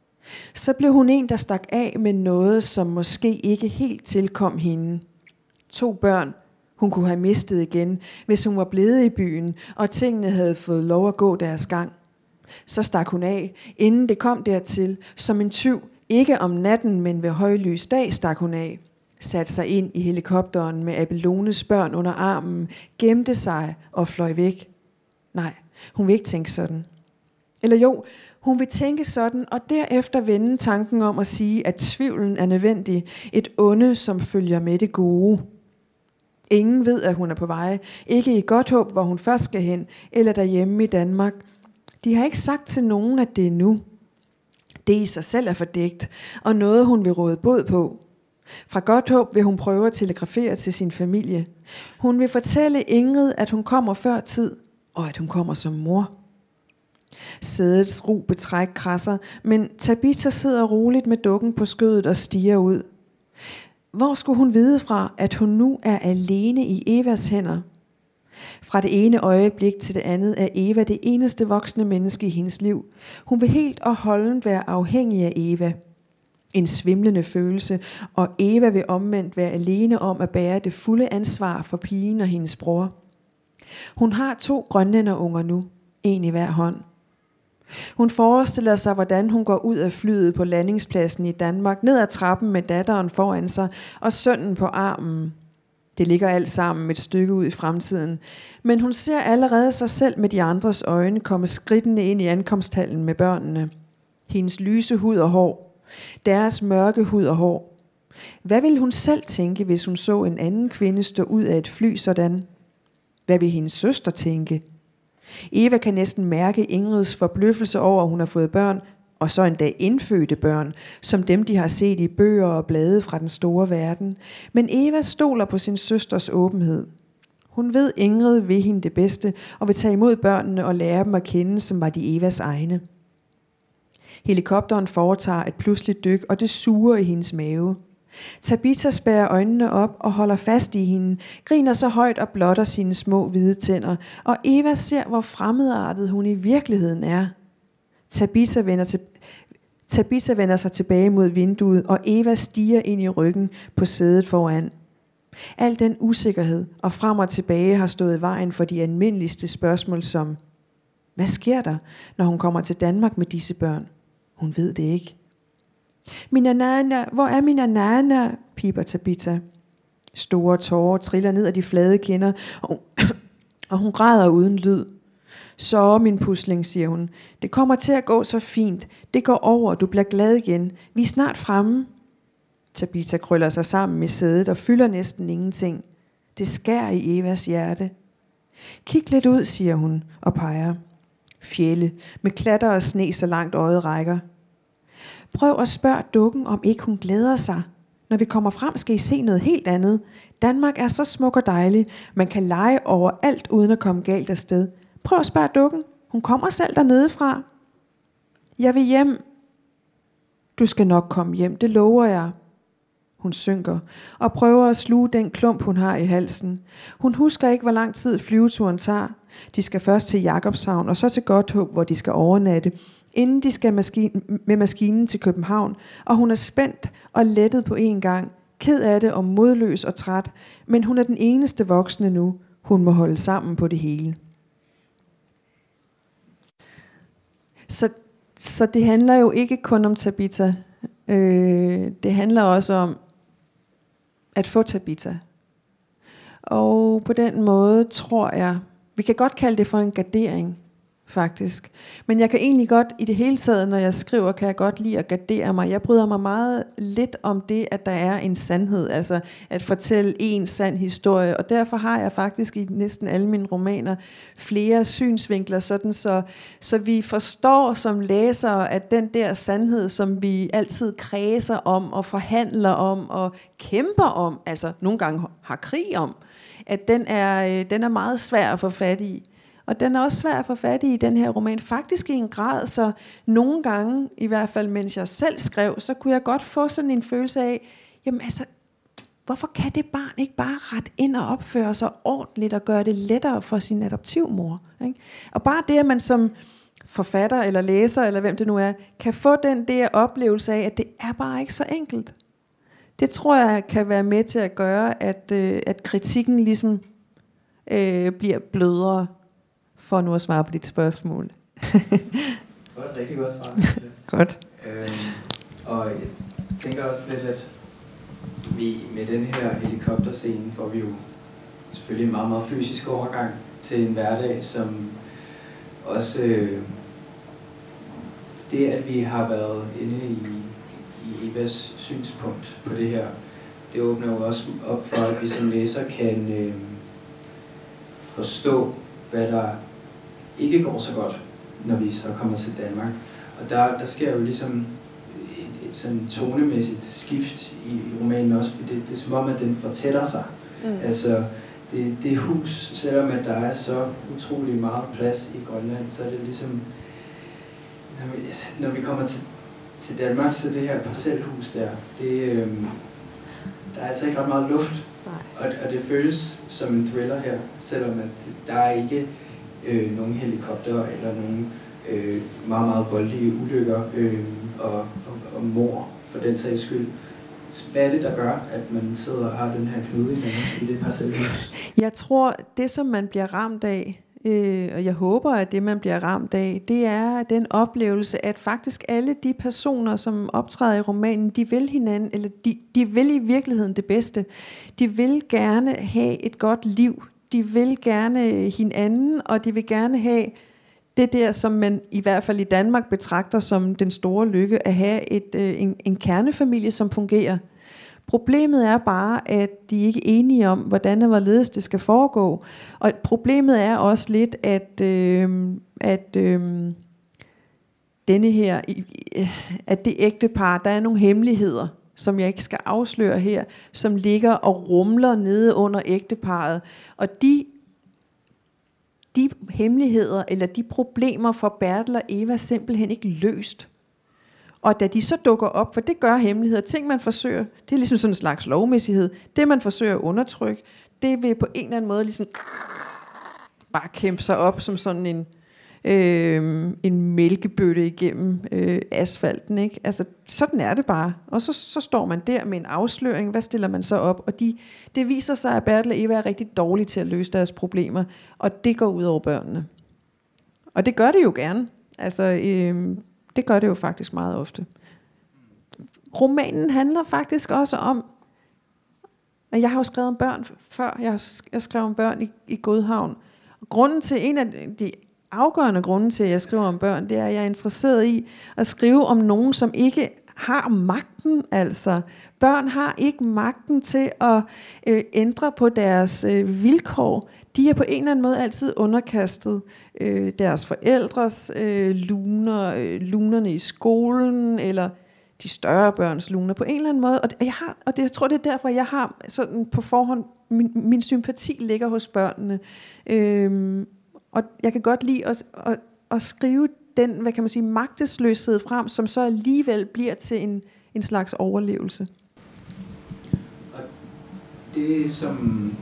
Så blev hun en, der stak af med noget, som måske ikke helt tilkom hende. To børn, hun kunne have mistet igen, hvis hun var blevet i byen, og tingene havde fået lov at gå deres gang. Så stak hun af, inden det kom dertil, som en tyv, ikke om natten, men ved højlys dag stak hun af. Satte sig ind i helikopteren med Abelones børn under armen, gemte sig og fløj væk. Nej, hun vil ikke tænke sådan. Eller jo, hun vil tænke sådan, og derefter vende tanken om at sige, at tvivlen er nødvendig, et onde, som følger med det gode. Ingen ved, at hun er på vej, ikke i Godthåb, hvor hun først skal hen, eller derhjemme i Danmark. De har ikke sagt til nogen, at det er nu. Det i sig selv er fordækt, og noget hun vil råde bod på. Fra Godthåb vil hun prøve at telegrafere til sin familie. Hun vil fortælle Ingrid, at hun kommer før tid, og at hun kommer som mor. Sædets ro betræk krasser, men Tabitha sidder roligt med dukken på skødet og stiger ud. Hvor skulle hun vide fra, at hun nu er alene i Evas hænder? Fra det ene øjeblik til det andet er Eva det eneste voksne menneske i hendes liv. Hun vil helt og holdent være afhængig af Eva. En svimlende følelse, og Eva vil omvendt være alene om at bære det fulde ansvar for pigen og hendes bror. Hun har to grønlænderunger nu, en i hver hånd. Hun forestiller sig, hvordan hun går ud af flyet på landingspladsen i Danmark, ned ad trappen med datteren foran sig og sønnen på armen. Det ligger alt sammen et stykke ud i fremtiden, men hun ser allerede sig selv med de andres øjne komme skridtende ind i ankomsthallen med børnene. Hendes lyse hud og hår, deres mørke hud og hår. Hvad ville hun selv tænke, hvis hun så en anden kvinde stå ud af et fly sådan? Hvad vil hendes søster tænke? Eva kan næsten mærke Ingrids forbløffelse over, at hun har fået børn, og så endda indfødte børn, som dem de har set i bøger og blade fra den store verden. Men Eva stoler på sin søsters åbenhed. Hun ved, Ingrid vil hende det bedste, og vil tage imod børnene og lære dem at kende, som var de Evas egne. Helikopteren foretager et pludseligt dyk, og det suger i hendes mave. Tabitha spærrer øjnene op og holder fast i hende, griner så højt og blotter sine små hvide tænder, og Eva ser, hvor fremmedartet hun i virkeligheden er. Tabitha vender, til, Tabitha vender sig tilbage mod vinduet, og Eva stiger ind i ryggen på sædet foran. Al den usikkerhed og frem og tilbage har stået i vejen for de almindeligste spørgsmål som: hvad sker der, når hun kommer til Danmark med disse børn? Hun ved det ikke. Min nana, hvor er min nana? Piber Tabitha. Store tårer triller ned ad de flade kinder, og, og hun græder uden lyd. Så min pusling, siger hun. Det kommer til at gå så fint. Det går over, du bliver glad igen. Vi er snart fremme. Tabitha krøller sig sammen i sædet og fylder næsten ingenting. Det skærer i Evas hjerte. Kig lidt ud, siger hun og peger. Fjelle med klatter og sne, så langt øjet rækker. Prøv at spørge dukken, om ikke hun glæder sig. Når vi kommer frem, skal I se noget helt andet. Danmark er så smuk og dejlig. Man kan lege overalt uden at komme galt afsted. Prøv at spørge dukken. Hun kommer selv dernede fra. Jeg vil hjem. Du skal nok komme hjem, det lover jeg. Hun synker og prøver at sluge den klump, hun har i halsen. Hun husker ikke, hvor lang tid flyveturen tager. De skal først til Jakobshavn og så til Godthåb, hvor de skal overnatte, inden de skal maskine, med maskinen til København. Og hun er spændt og lettet på en gang, ked af det og modløs og træt. Men hun er den eneste voksne nu. Hun må holde sammen på det hele. Så, så det handler jo ikke kun om Tabitha. Øh, det handler også om at få Tabitha. Og på den måde tror jeg, vi kan godt kalde det for en gardering, faktisk. Men jeg kan egentlig godt, i det hele taget, når jeg skriver, kan jeg godt lide at gardere mig. Jeg bryder mig meget lidt om det, at der er en sandhed, altså at fortælle en sand historie. Og derfor har jeg faktisk i næsten alle mine romaner flere synsvinkler, sådan så, så vi forstår som læsere, at den der sandhed, som vi altid kredser om og forhandler om og kæmper om, altså nogle gange har krig om, at den er, den er meget svær at få fat i. Og den er også svær at få fat i i den her roman, faktisk i en grad, så nogle gange, i hvert fald mens jeg selv skrev, så kunne jeg godt få sådan en følelse af, jamen altså, hvorfor kan det barn ikke bare ret ind og opføre sig ordentligt og gøre det lettere for sin adoptivmor? Ikke? Og bare det, at man som forfatter eller læser, eller hvem det nu er, kan få den der oplevelse af, at det er bare ikke så enkelt. Det tror jeg kan være med til at gøre, at, øh, at kritikken ligesom øh, bliver blødere, for nu at svare på dit spørgsmål. Godt, rigtig godt svar. Godt. Øhm, og jeg tænker også lidt, at vi med den her helikopterscene får vi jo selvfølgelig en meget, meget fysisk overgang til en hverdag, som også øh, det, at vi har været inde i, i Evas synspunkt på det her, det åbner jo også op for, at vi som læser kan øh, forstå, hvad der ikke går så godt, når vi så kommer til Danmark. Og der, der sker jo ligesom et, et sådan tonemæssigt skift i, i romanen også, for det, det er som om, at den fortætter sig. Mm. Altså, det, det hus, selvom at der er så utrolig meget plads i Grønland, så er det ligesom, når vi, altså, når vi kommer til, til Danmark, så det her parcelhus der, det, øhm, der er altså ikke ret meget luft. Og, og det føles som en thriller her, selvom at der er ikke øh, nogen helikopter eller nogen øh, meget, meget voldelige ulykker øh, og, og, og mord for den sags skyld. Hvad er det, der gør, at man sidder og har den her knude i det parcelhus? Jeg tror, det som man bliver ramt af, øh, og jeg håber, at det man bliver ramt af, det er den oplevelse, at faktisk alle de personer, som optræder i romanen, de vil hinanden, eller de, de vil i virkeligheden det bedste. De vil gerne have et godt liv. De vil gerne hinanden, og de vil gerne have det der, som man i hvert fald i Danmark betragter som den store lykke, at have et, øh, en, en kernefamilie, som fungerer. Problemet er bare, at de ikke er enige om, hvordan og hvorledes det skal foregå. Og problemet er også lidt, at, øh, at øh, denne her, at det ægtepar, der er nogle hemmeligheder, som jeg ikke skal afsløre her, som ligger og rumler nede under ægteparret. Og de, de hemmeligheder, eller de problemer får Bertel og Eva simpelthen ikke løst. Og da de så dukker op, for det gør hemmeligheder, ting man forsøger, det er ligesom sådan en slags lovmæssighed, det man forsøger at undertrykke, det vil på en eller anden måde ligesom bare kæmpe sig op som sådan en, øh, en mælkebøtte igennem øh, asfalten, ikke? Altså, sådan er det bare. Og så, så står man der med en afsløring. Hvad stiller man så op? Og de, det viser sig, at Bertel og Eva er rigtig dårlige til at løse deres problemer, og det går ud over børnene. Og det gør det jo gerne. Altså, øh, det gør det jo faktisk meget ofte. Romanen handler faktisk også om, og jeg har jo skrevet om børn før, jeg har jeg skrevet om børn i, i Godhavn. Og grunden til, en af de afgørende grunde til, at jeg skriver om børn, det er, at jeg er interesseret i at skrive om nogen, som ikke har magten. Altså, børn har ikke magten til at øh, ændre på deres øh, vilkår. De er på en eller anden måde altid underkastet øh, deres forældres øh, luner, øh, lunerne i skolen, eller de større børns luner på en eller anden måde. Og jeg har, og det, jeg tror, det er derfor, jeg har sådan på forhånd, min, min sympati ligger hos børnene. Øhm, og jeg kan godt lide at, at, at skrive den, hvad kan man sige, magtesløshed frem, som så alligevel bliver til en, en slags overlevelse. Og det, som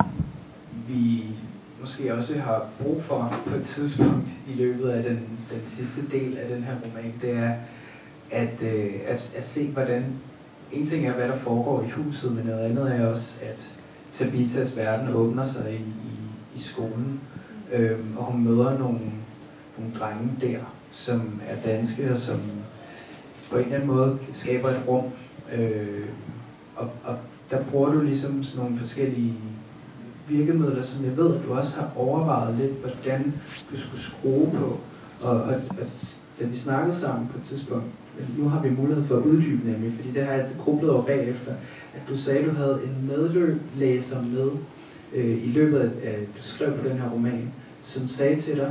vi måske også har brug for på et tidspunkt i løbet af den, den sidste del af den her roman, det er At, øh, at, at se, hvordan en ting er, hvad der foregår i huset, men noget andet er også, at Tabitas verden åbner sig i, i, i skolen, øhm, og hun møder nogle, nogle drenge der, som er danske, og som på en eller anden måde skaber et rum. Øh, og, og der bruger du ligesom sådan nogle forskellige virkemidler, som jeg ved, at du også har overvejet lidt, hvordan du skulle skrue på. Og, og, og da vi snakkede sammen på et tidspunkt, nu har vi mulighed for at uddybe nemlig, fordi det har jeg grublet over bagefter, at du sagde, at du havde en medlæser med øh, i løbet af, at du skrev på den her roman, som sagde til dig,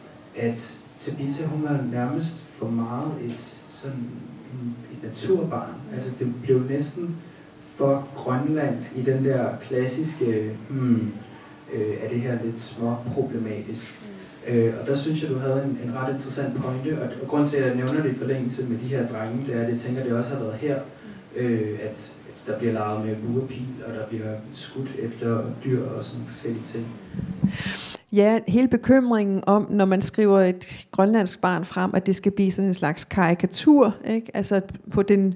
at Tabita, hun var nærmest for meget et, sådan, et naturbarn. Altså det blev næsten for grønlandsk i den der klassiske, hmm, øh, er det her lidt småproblematisk. Øh, og der synes jeg, du havde en, en ret interessant pointe, og, og grund til, at jeg nævner det i forlængelse med de her drenge, det er, at jeg tænker, at det også har været her, øh, at, at der bliver leget med bue og pil, og der bliver skudt efter dyr og sådan forskellige ting. Ja, hele bekymringen om, når man skriver et grønlandsk barn frem, at det skal blive sådan en slags karikatur, ikke? Altså på den,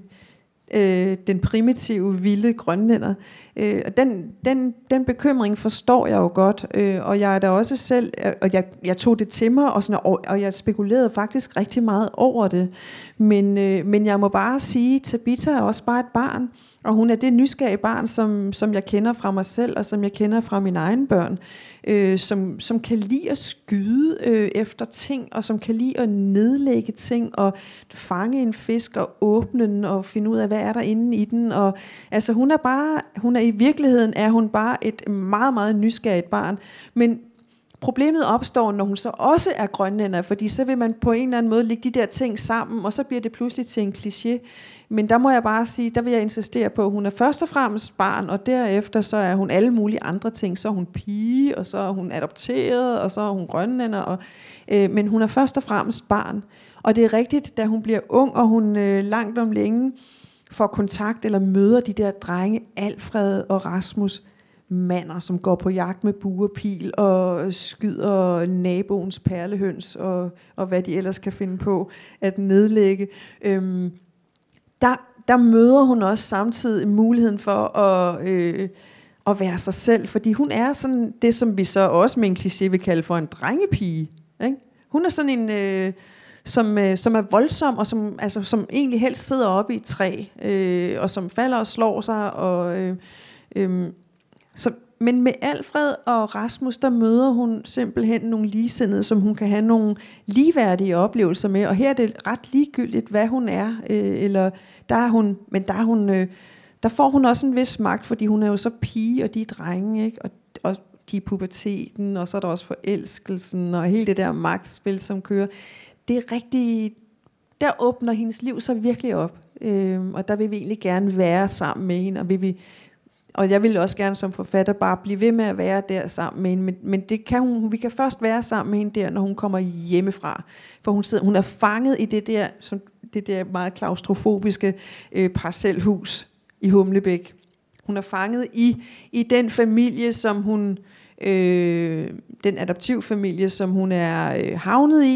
øh, den primitive, vilde grønlænder. Øh, og den, den, den bekymring forstår jeg jo godt, øh, og jeg er da også selv, og jeg, jeg tog det til mig, og, sådan, og, og jeg spekulerede faktisk rigtig meget over det. Men, øh, men jeg må bare sige, at Tabita er også bare et barn, og hun er det nysgerrige barn, som, som jeg kender fra mig selv, og som jeg kender fra mine egne børn, øh, som, som kan lide at skyde øh, efter ting, og som kan lide at nedlægge ting, og fange en fisk, og åbne den, og finde ud af, hvad er der inde i den. Og, altså hun er bare, hun er i virkeligheden, er hun bare et meget, meget nysgerrigt barn, men problemet opstår, når hun så også er grønlænder, fordi så vil man på en eller anden måde lægge de der ting sammen, og så bliver det pludselig til en kliché. Men der må jeg bare sige, der vil jeg insistere på, at hun er først og fremmest barn, og derefter så er hun alle mulige andre ting. Så er hun pige, og så er hun adopteret, og så er hun grønlænder. Og, øh, men hun er først og fremmest barn. Og det er rigtigt, da hun bliver ung, og hun øh, langt om længe får kontakt eller møder de der drenge, Alfred og Rasmus, mander, som går på jagt med bue og pil og skyder naboens perlehøns og, og hvad de ellers kan finde på at nedlægge. Øhm, der, der møder hun også samtidig muligheden for at, øh, at være sig selv, fordi hun er sådan det, som vi så også med en kliché vil kalde for en drengepige. Ikke? Hun er sådan en, øh, som, øh, som er voldsom, og som, altså, som egentlig helst sidder oppe i et træ, øh, og som falder og slår sig, og øh, øh, Så, men med Alfred og Rasmus, der møder hun simpelthen nogle ligesindede, som hun kan have nogle ligeværdige oplevelser med. Og her er det ret ligegyldigt, hvad hun er. Øh, eller der er hun, men der, er hun, øh, der får hun også en vis magt, fordi hun er jo så pige, og de er drenge, ikke? Og, og de er puberteten, og så er der også forelskelsen, og hele det der magtspil, som kører. Det er rigtig, der åbner hendes liv så virkelig op. Øh, og der vil vi egentlig gerne være sammen med hende, og vil vi... Og jeg vil også gerne som forfatter bare blive ved med at være der sammen med hende, men, men det kan hun, vi kan først være sammen med hende der, når hun kommer hjemmefra. For hun, sidder, hun er fanget i det der, som, det der meget klaustrofobiske øh, parcelhus i Humlebæk. Hun er fanget i, i den familie, som hun, øh, den adoptivfamilie, som hun er øh, havnet i,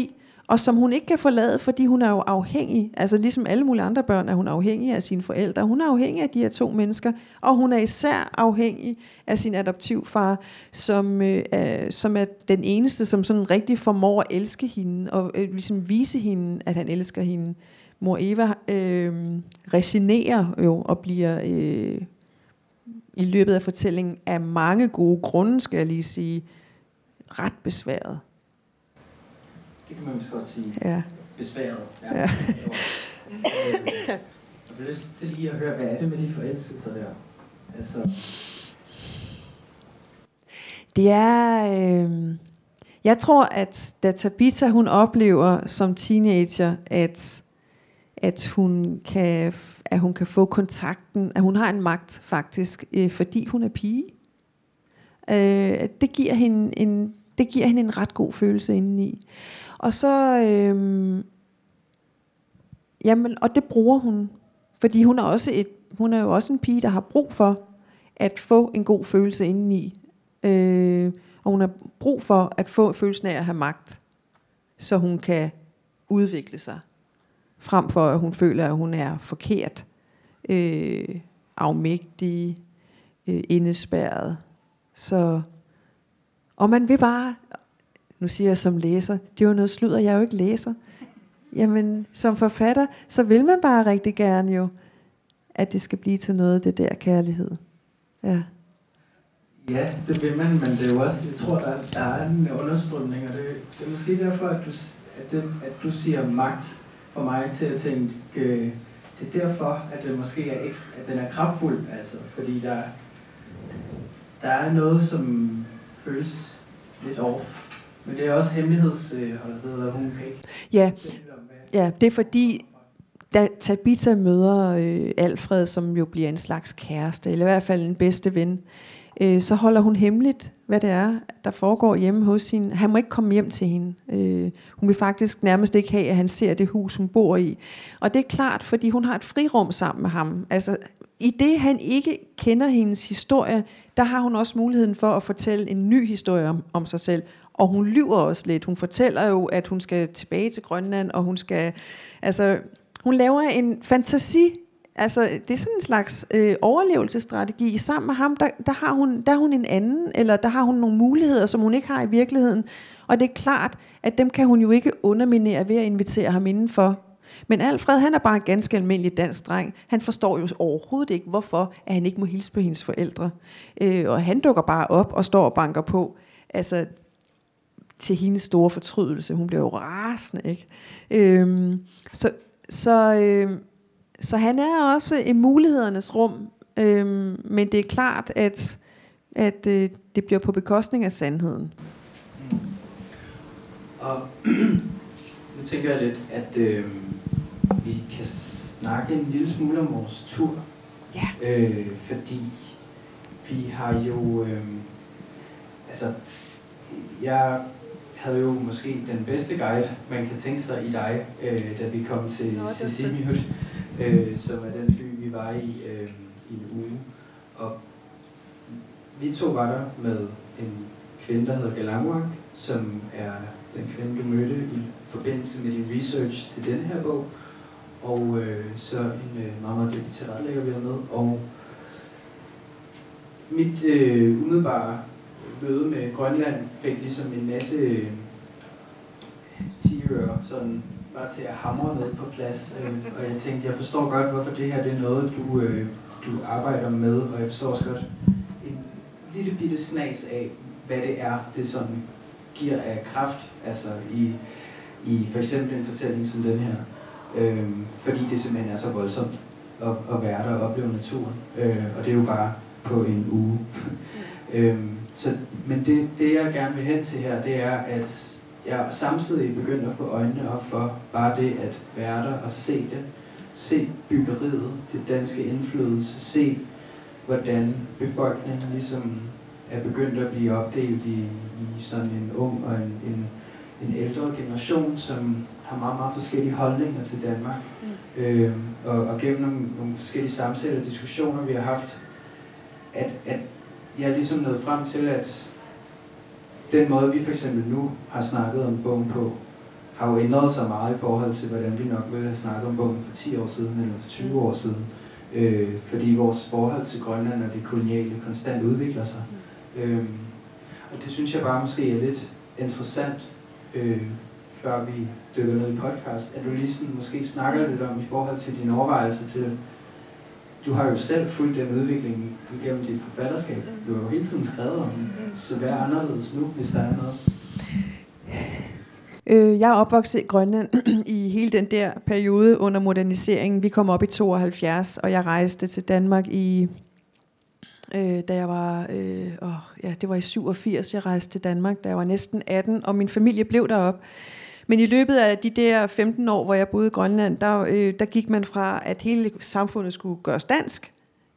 og som hun ikke kan forlade, fordi hun er jo afhængig, altså ligesom alle mulige andre børn, er hun afhængig af sine forældre. Hun er afhængig af de her to mennesker, og hun er især afhængig af sin adoptivfar, som, øh, er, som er den eneste, som sådan rigtig formår at elske hende, og øh, ligesom vise hende, at han elsker hende. Mor Eva øh, resignerer jo, og bliver øh, i løbet af fortællingen af mange gode grunde, skal jeg lige sige, ret besværet. Det kan man måske godt sige. Ja. Besværet. Ja. Ja. Jeg får lyst til lige at høre, hvad er det med de forelskelser der? Altså... Det er... Øh, jeg tror, at da Tabitha, hun oplever som teenager, at, at, hun kan, at hun kan få kontakten, at hun har en magt faktisk, øh, fordi hun er pige. Øh, det giver hende en... Det giver hende en ret god følelse indeni. Og så, øhm, jamen, og det bruger hun, fordi hun er også et, hun er jo også en pige, der har brug for at få en god følelse indeni, øh, og hun har brug for at få følelsen af at have magt, så hun kan udvikle sig, frem for at hun føler, at hun er forkert, øh, afmægtig, øh, indespærret, så. Og man vil bare, nu siger jeg som læser, det er jo noget sludder, jeg er jo ikke læser. Jamen, som forfatter, så vil man bare rigtig gerne jo, at det skal blive til noget, det der kærlighed. Ja. Ja, det vil man, men det er jo også, jeg tror, der, der er en understrømning, og det, det er måske derfor, at du, at, det, at du siger magt for mig til at tænke, øh, det er derfor, at det måske er ekstra, at den er kraftfuld, altså, fordi der, der er noget, som føles lidt off. Men det er også hemmelighedsholdet, hun kan ikke. Ja. Ja, det er fordi, da Tabitha møder øh, Alfred, som jo bliver en slags kæreste, eller i hvert fald en bedste ven, øh, så holder hun hemmeligt, hvad det er, der foregår hjemme hos hende. Han må ikke komme hjem til hende. Øh, hun vil faktisk nærmest ikke have, at han ser det hus, hun bor i. Og det er klart, fordi hun har et frirum sammen med ham. Altså, i det, han ikke kender hendes historie, der har hun også muligheden for at fortælle en ny historie om, om sig selv. Og hun lyver også lidt. Hun fortæller jo, at hun skal tilbage til Grønland, og hun skal, altså, hun laver en fantasi. Altså, det er sådan en slags øh, overlevelsesstrategi. Sammen med ham, der, der, har hun, der har hun en anden, eller der har hun nogle muligheder, som hun ikke har i virkeligheden. Og det er klart, at dem kan hun jo ikke underminere ved at invitere ham indenfor. Men Alfred, han er bare en ganske almindelig dansk dreng. Han forstår jo overhovedet ikke, hvorfor at han ikke må hilse på hendes forældre. Øh, og han dukker bare op og står og banker på. Altså, til hendes store fortrydelse. Hun bliver jo rasende, ikke? Øh, så, så, øh, så han er også i mulighedernes rum. Øh, men det er klart, at, at øh, det bliver på bekostning af sandheden. Mm. Og nu tænker jeg lidt, at øh, vi kan snakke en lille smule om vores tur. Ja. Øh, fordi vi har jo... Øh, altså, jeg havde jo måske den bedste guide, man kan tænke sig i dig, øh, da vi kom til Sisimiut, øh, som er den by, vi var i øh, i en uge. Og vi to var der med en kvinde, der hedder Galangwak, som er den kvinde, du mødte i forbindelse med din research til denne her bog. Og øh, så en øh, meget, meget dygtig tilrettelægger, vi havde med. Og mit øh, umiddelbare møde med Grønland fik ligesom en masse øh, tiører, sådan bare til at hamre ned på plads. Øh, og jeg tænkte, jeg forstår godt, hvorfor det her det er noget, du, øh, du arbejder med, og jeg forstår også godt en lille bitte snas af, hvad det er, det sådan giver af kraft, altså i, i for eksempel en fortælling som den her. Øh, fordi det simpelthen er så voldsomt at, at være der og opleve naturen. Øh, og det er jo bare på en uge. øh, så, men det, det, jeg gerne vil hen til her, det er, at jeg samtidig begynder at få øjnene op for bare det at være der og se det. Se byggeriet, det danske indflydelse, se hvordan befolkningen ligesom er begyndt at blive opdelt i, i sådan en ung og en, en, en ældre generation, som har meget, meget forskellige holdninger til Danmark. Mm. Øh, og, og gennem nogle, nogle forskellige samtaler og diskussioner, vi har haft, at, at jeg er ligesom nået frem til, at den måde, vi for eksempel nu har snakket om bogen på, har jo ændret sig meget i forhold til, hvordan vi nok ville have snakket om bogen for ti år siden eller for tyve år siden. Øh, fordi vores forhold til Grønland og det koloniale konstant udvikler sig. Øh, og det synes jeg bare måske er lidt interessant, øh, før vi dykker ned i podcast, at du lige sådan måske snakker lidt om i forhold til din overvejelse til, du har jo selv fulgt den udvikling igennem dit forfatterskab. Du har jo hele tiden skrevet om den. Så hvad er anderledes nu, hvis der er noget? Øh, jeg er opvokset i Grønland i hele den der periode under moderniseringen. Vi kom op i tooghalvfjerds, og jeg rejste til Danmark i, øh, da jeg var, øh, åh, ja, det var i syvogfirs, jeg rejste til Danmark, da jeg var næsten atten, og min familie blev derop. Men i løbet af de der femten år, hvor jeg boede i Grønland, der, øh, der gik man fra, at hele samfundet skulle gøres dansk,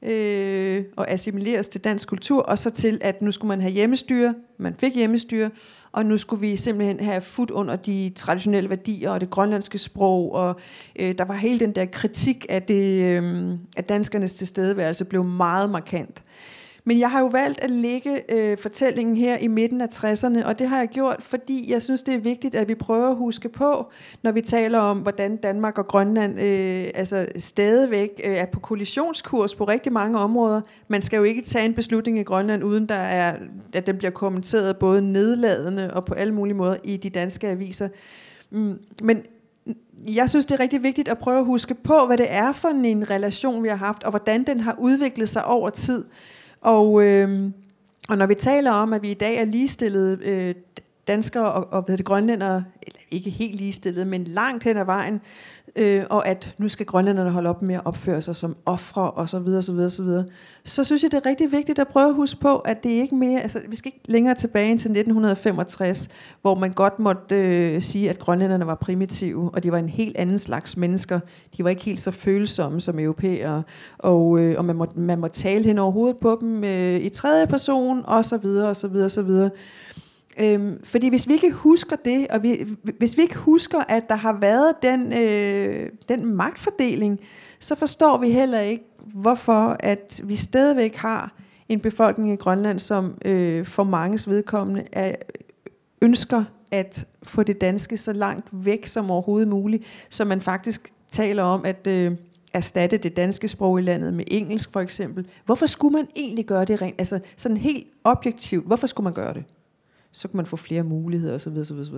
øh, og assimileres til dansk kultur, og så til, at nu skulle man have hjemmestyre, man fik hjemmestyre, og nu skulle vi simpelthen have fut under de traditionelle værdier og det grønlandske sprog, og øh, der var hele den der kritik af, det, øh, af danskernes tilstedeværelse blev meget markant. Men jeg har jo valgt at lægge øh, fortællingen her i midten af tresserne, og det har jeg gjort, fordi jeg synes, det er vigtigt, at vi prøver at huske på, når vi taler om, hvordan Danmark og Grønland øh, altså stadigvæk øh, er på kollisionskurs på rigtig mange områder. Man skal jo ikke tage en beslutning i Grønland, uden der er, at den bliver kommenteret både nedladende og på alle mulige måder i de danske aviser. Mm, men jeg synes, det er rigtig vigtigt at prøve at huske på, hvad det er for en relation, vi har haft, og hvordan den har udviklet sig over tid. Og, øh, og når vi taler om, at vi i dag er ligestillede øh, danskere og, og hvad det, grønlændere, eller ikke helt ligestillede, men langt hen ad vejen, øh, og at nu skal grønlænderne holde op med at opføre sig som ofre og så videre, så videre, så videre, så synes jeg, det er rigtig vigtigt at prøve at huske på, at det ikke mere, altså vi skal ikke længere tilbage end til nitten femogtres, hvor man godt måtte øh, sige, at grønlænderne var primitive, og de var en helt anden slags mennesker. De var ikke helt så følsomme som europæere, og, øh, og man, må, man må tale hen over hovedet på dem øh, i tredje person, og så videre, og så videre, og så videre. Øhm, fordi hvis vi ikke husker det, og vi, hvis vi ikke husker, at der har været den, øh, den magtfordeling, så forstår vi heller ikke, hvorfor at vi stadigvæk har en befolkning i Grønland, som øh, for manges vedkommende er, ønsker at få det danske så langt væk som overhovedet muligt, så man faktisk taler om at øh, erstatte det danske sprog i landet med engelsk for eksempel. Hvorfor skulle man egentlig gøre det rent? Altså sådan helt objektivt, hvorfor skulle man gøre det? Så kan man få flere muligheder osv. osv., osv.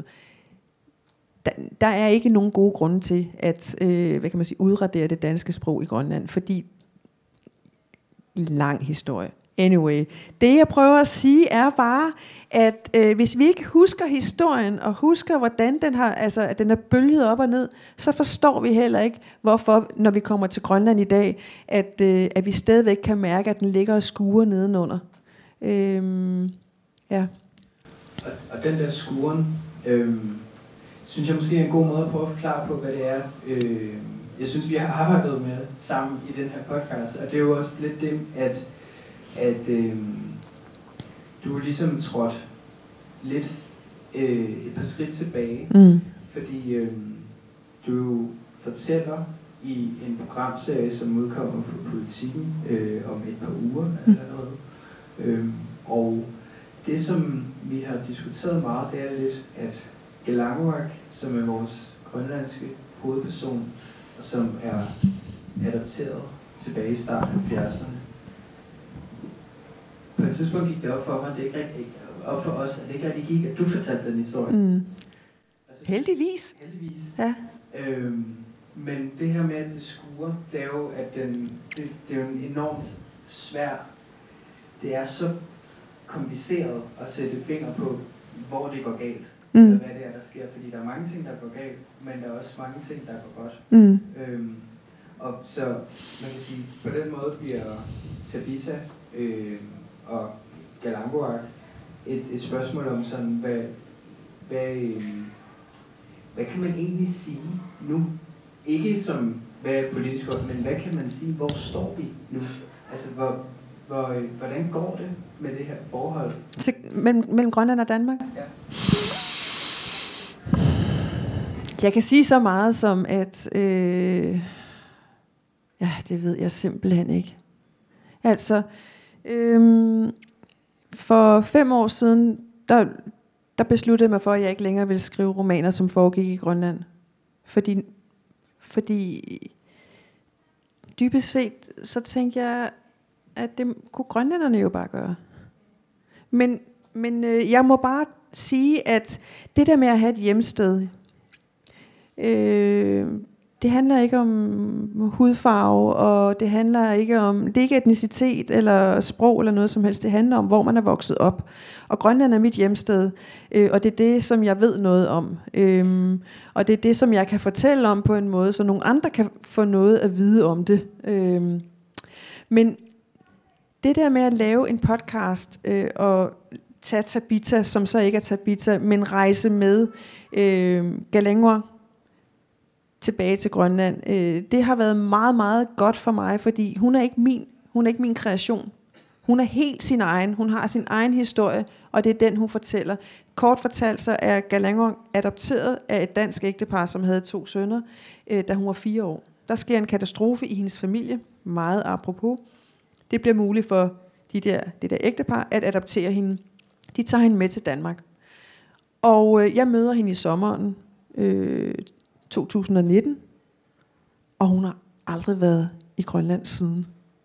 Der, der er ikke nogen gode grunde til at øh, hvad kan man sige, udradere det danske sprog i Grønland, fordi lang historie. Anyway, det jeg prøver at sige er bare, at øh, hvis vi ikke husker historien og husker, hvordan den har, altså at den er bølget op og ned, så forstår vi heller ikke, hvorfor, når vi kommer til Grønland i dag, at øh, at vi stadigvæk kan mærke, at den ligger og skuer nedenunder. Øhm, ja. Og, og den der skuren, øh, synes jeg måske er en god måde at prøve at forklare på, hvad det er, øh, jeg synes, vi har arbejdet med sammen i den her podcast. Og det er jo også lidt det, at, at øh, du er ligesom trådt lidt øh, et par skridt tilbage. Mm. Fordi øh, du fortæller i en programserie, som udkommer på Politikken øh, om et par uger mm. allerede. Øh, og det, som vi har diskuteret meget, det er lidt, at Kelanguaq, som er vores grønlandske hovedperson, og som er adopteret tilbage i starten af halvfjerdserne. På et tidspunkt gik det op for mig, det ikke rigtig, op for os, at det ikke rigtig gik, at du fortalte den historie. Mm. Altså, heldigvis. Heldigvis. Ja. Øhm, men det her med, at det skuer, det er jo, at den, det, det er jo en enormt svær, det er så kompliceret at sætte finger på, hvor det går galt. Mm. Eller hvad det er, der sker. Fordi der er mange ting, der går galt, men der er også mange ting, der går godt. Mm. Øhm, og så man kan sige, på den måde bliver Tabita øh, og Kelanguaq et, et spørgsmål om sådan, hvad, hvad, øh, hvad kan man egentlig sige nu? Ikke som, hvad er politisk godt, men hvad kan man sige, hvor står vi nu? Altså, hvor, hvor, øh, hvordan går det med det her forhold? Til, mellem, mellem Grønland og Danmark? Ja. Jeg kan sige så meget som, at øh, ja, det ved jeg simpelthen ikke. Altså, øh, for fem år siden, der, der besluttede jeg mig for, at jeg ikke længere ville skrive romaner, som foregik i Grønland. Fordi, fordi dybest set, så tænkte jeg, at det kunne grønlænderne jo bare gøre. Men, men øh, jeg må bare sige, at det der med at have et hjemsted, øh, det handler ikke om hudfarve, og det handler ikke om, det er ikke etnicitet eller sprog eller noget som helst. Det handler om, hvor man er vokset op. Og Grønland er mit hjemsted, øh, og det er det, som jeg ved noget om. Øh, og det er det, som jeg kan fortælle om på en måde, så nogle andre kan få noget at vide om det. Øh, men det der med at lave en podcast øh, og tage Tabita, som så ikke er Tabita, men rejse med øh, Galengua tilbage til Grønland, øh, det har været meget, meget godt for mig, fordi hun er ikke min, hun er ikke min kreation. Hun er helt sin egen, hun har sin egen historie, og det er den, hun fortæller. Kort fortalt så er Galengua adopteret af et dansk ægtepar, som havde to sønner, øh, da hun var fire år. Der sker en katastrofe i hendes familie, meget apropos. Det bliver muligt for de der, det der ægtepar at adoptere hende. De tager hende med til Danmark. Og øh, jeg møder hende i sommeren øh, to tusind nitten, og hun har aldrig været i Grønland siden.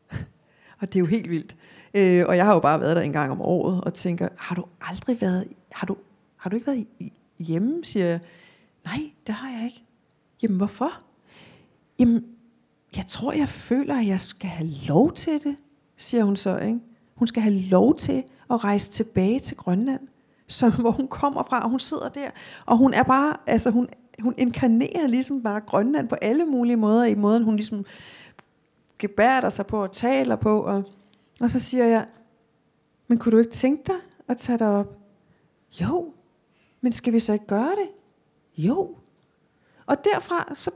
Og det er jo helt vildt. Øh, og jeg har jo bare været der en gang om året, og tænker, har du aldrig været, har du, har du ikke været i, hjemme, siger jeg. Nej, det har jeg ikke. Jamen, hvorfor? Jamen, jeg tror, jeg føler, at jeg skal have lov til det, siger hun så, ikke? Hun skal have lov til at rejse tilbage til Grønland, som, hvor hun kommer fra, og hun sidder der, og hun er bare, altså hun, hun inkarnerer ligesom bare Grønland på alle mulige måder, i måden hun ligesom gebærder sig på og taler på, og, og så siger jeg, men kunne du ikke tænke dig at tage dig op? Jo, men skal vi så ikke gøre det? Jo. Og derfra, så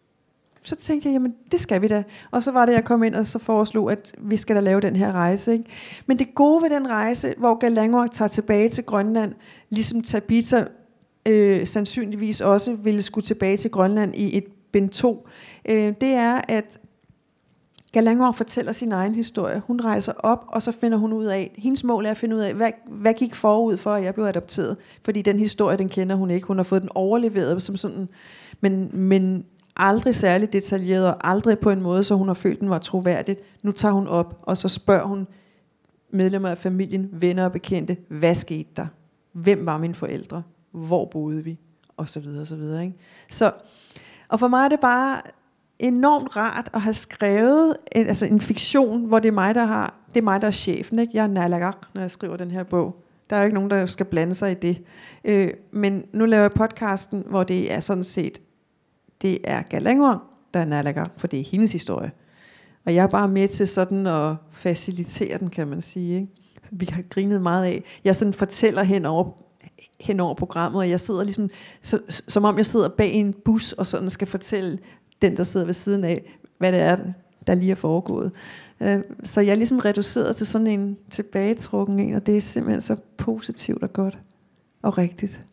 Så tænkte jeg, jamen det skal vi da. Og så var det, jeg kom ind og så foreslog, at vi skal da lave den her rejse. Ikke? Men det gode ved den rejse, hvor Galengua tager tilbage til Grønland, ligesom Tabita øh, sandsynligvis også ville skulle tilbage til Grønland i et bind to, øh, det er, at Galengua fortæller sin egen historie. Hun rejser op, og så finder hun ud af, hendes mål er at finde ud af, hvad, hvad gik forud for, at jeg blev adopteret. Fordi den historie, den kender hun ikke. Hun har fået den overleveret som sådan, men... men aldrig særligt detaljeret, og aldrig på en måde, så hun har følt, den var troværdigt. Nu tager hun op, og så spørger hun medlemmer af familien, venner og bekendte, hvad skete der? Hvem var mine forældre? Hvor boede vi? Og så videre, og så videre. Ikke? Så, og for mig er det bare enormt rart at have skrevet en, altså en fiktion, hvor det er mig, der har, det er mig, der er chefen. Ikke? Jeg er nalagak, når jeg skriver den her bog. Der er jo ikke nogen, der skal blande sig i det. Øh, men nu laver jeg podcasten, hvor det er sådan set det er Galengua, der er nalagak, for det er hendes historie. Og jeg er bare med til sådan at facilitere den, kan man sige. Ikke? Så vi har grinet meget af. Jeg sådan fortæller hen over, hen over programmet, og jeg sidder ligesom, så, som om jeg sidder bag en bus, og sådan skal fortælle den, der sidder ved siden af, hvad det er, der lige er foregået. Så jeg er ligesom reduceret til sådan en tilbagetrukken en, og det er simpelthen så positivt og godt og rigtigt.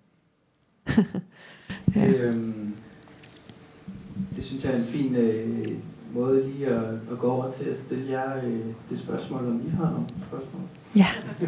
Ja. øhm Det synes jeg er en fin øh, måde lige at, at gå over til at stille jer øh, det spørgsmål, om I har nogle spørgsmål. Ja.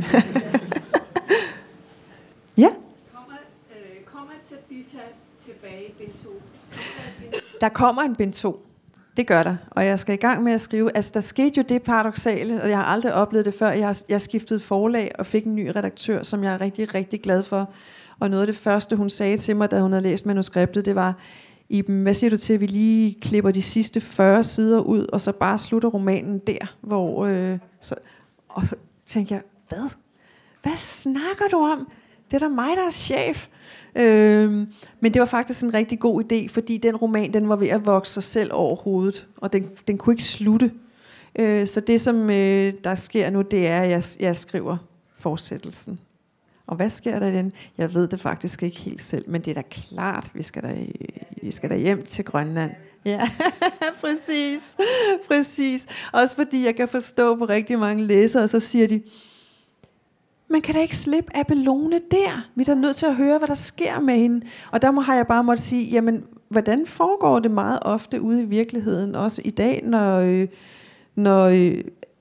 Ja. Kommer, øh, kommer Tabita tilbage i bind to? Der kommer en bind to. Det gør der. Og jeg skal i gang med at skrive. Altså, der skete jo det paradoksale, og jeg har aldrig oplevet det før. Jeg har, jeg skiftede forlag og fik en ny redaktør, som jeg er rigtig, rigtig glad for. Og noget af det første, hun sagde til mig, da hun havde læst manuskriptet, det var, Iben, hvad siger du til, at vi lige klipper de sidste fyrre sider ud, og så bare slutter romanen der, hvor... Øh, så, og så tænkte jeg, hvad? Hvad snakker du om? Det er da mig, der er chef. Øh, men det var faktisk en rigtig god idé, fordi den roman, den var ved at vokse sig selv over hovedet, og den, den kunne ikke slutte. Øh, så det, som øh, der sker nu, det er, at jeg, jeg skriver fortsættelsen. Og hvad sker der i den? Jeg ved det faktisk ikke helt selv, men det er da klart, vi skal da, vi skal da hjem til Grønland. Ja, præcis, præcis. Også fordi jeg kan forstå på rigtig mange læsere, og så siger de, man kan da ikke slippe Abelone der. Vi er da nødt til at høre, hvad der sker med hende. Og der må, har jeg bare måttet sige, jamen, hvordan foregår det meget ofte ude i virkeligheden, også i dag, når, øh, når øh,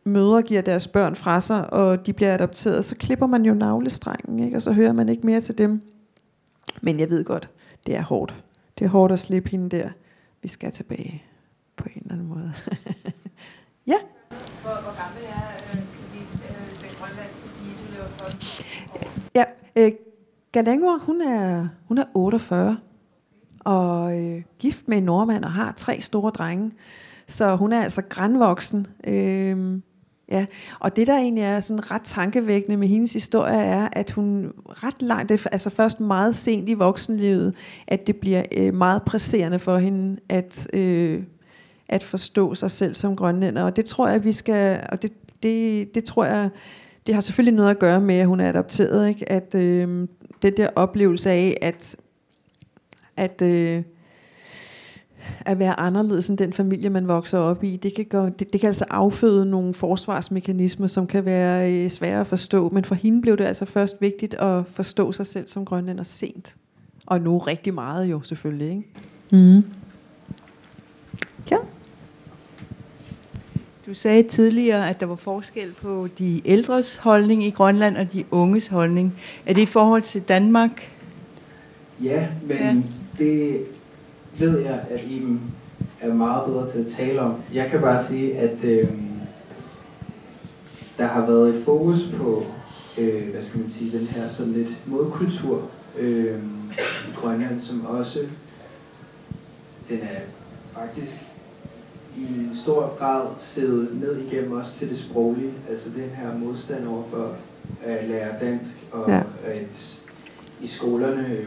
mødre giver deres børn fra sig, og de bliver adopteret, så klipper man jo navlestrengen, ikke? Og så hører man ikke mere til dem. Men jeg ved godt, det er hårdt. Det er hårdt at slippe hende der. Vi skal tilbage på en eller anden måde. Ja. Hvor, hvor gammel er øh, øh, den grønlandske pige, du laver for? Ja, øh, Galengor, hun er, hun er otteogfyrre, og øh, gift med en nordmand og har tre store drenge. Så hun er altså grandvoksen. Øh, ja. Og det, der egentlig er sådan ret tankevækkende med hendes historie, er, at hun ret langt, altså først meget sent i voksenlivet, at det bliver øh, meget presserende for hende, at, øh, at forstå sig selv som grønlænder. Og det tror jeg, vi skal... Og det, det, det tror jeg... Det har selvfølgelig noget at gøre med, at hun er adopteret, ikke? At øh, det der oplevelse af, at, at, øh, at være anderledes end den familie, man vokser op i, det kan, gå, det, det kan altså afføde nogle forsvarsmekanismer, som kan være øh, svære at forstå. Men for hende blev det altså først vigtigt at forstå sig selv som grønlænder sent. Og nu rigtig meget jo, selvfølgelig, ikke? Mm. Ja. Du sagde tidligere, at der var forskel på de ældres holdning i Grønland og de unges holdning. Er det i forhold til Danmark? Ja, men ja. Det ved jeg, at Iben er meget bedre til at tale om. Jeg kan bare sige, at øh, der har været et fokus på, øh, hvad skal man sige, den her sådan lidt modkultur øh, i Grønland, som også, den er faktisk i en stor grad siddet ned igennem også til det sproglige, altså den her modstand over for at lære dansk, og ja. At i skolerne øh,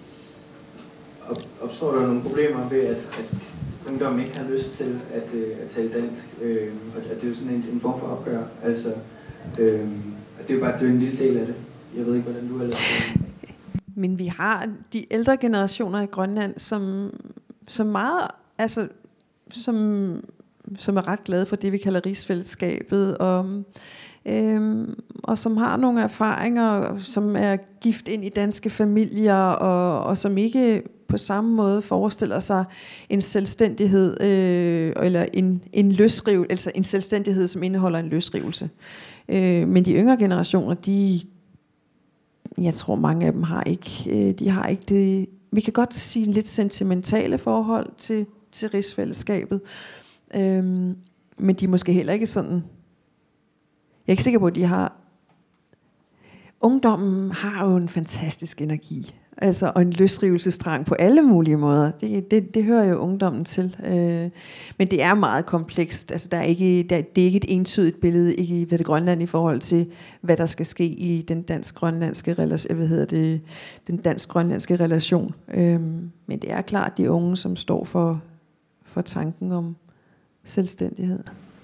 opstår der nogle problemer ved, at, at ungdommen ikke har lyst til at, øh, at tale dansk, øh, og det er jo sådan en, en form for opgør, altså, øh, og det er jo bare det er en lille del af det. Jeg ved ikke, hvordan du har lavet det. Men vi har de ældre generationer i Grønland, som, som meget, altså som, som er ret glade for det, vi kalder rigsfællesskabet, og, øhm, og som har nogle erfaringer, som er gift ind i danske familier, og, og som ikke på samme måde forestiller sig en selvstændighed, øh, eller en, en løsrivelse, altså en selvstændighed, som indeholder en løsrivelse. Øh, men de yngre generationer, de, jeg tror mange af dem har ikke, øh, de har ikke det, vi kan godt sige lidt sentimentale forhold til til rigsfællesskabet. Øhm, men de er måske heller ikke sådan... Jeg er ikke sikker på, at de har... Ungdommen har jo en fantastisk energi. Altså, og en løsrivelsestrang på alle mulige måder. Det, det, det hører jo ungdommen til. Øh, men det er meget komplekst. Altså, der er ikke, der, det er ikke et entydigt billede ikke i hvad det Grønland i forhold til, hvad der skal ske i den dansk-grønlandske relation. Hvad hedder det? Den dansk-grønlandske relation. Øh, men det er klart de unge, som står for for tanken om selvstændighed.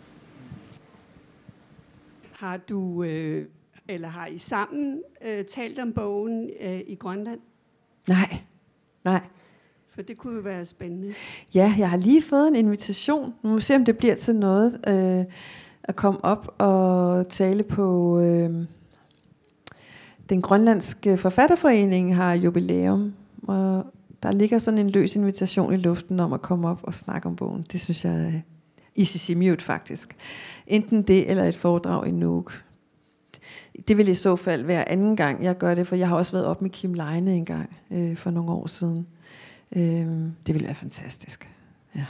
Har du, øh, eller har I sammen øh, talt om bogen øh, i Grønland? Nej, nej. For det kunne jo være spændende. Ja, jeg har lige fået en invitation. Nu må vi se, om det bliver til noget øh, at komme op og tale på... Øh, den grønlandske forfatterforening har jubilæum, og der ligger sådan en løs invitation i luften om at komme op og snakke om bogen. Det synes jeg er i Sisimiut faktisk. Enten det eller et foredrag i Nuuk. Det vil i så fald være anden gang, jeg gør det, for jeg har også været op med Kim Leine en gang øh, for nogle år siden. Øh, det vil være fantastisk. Ja.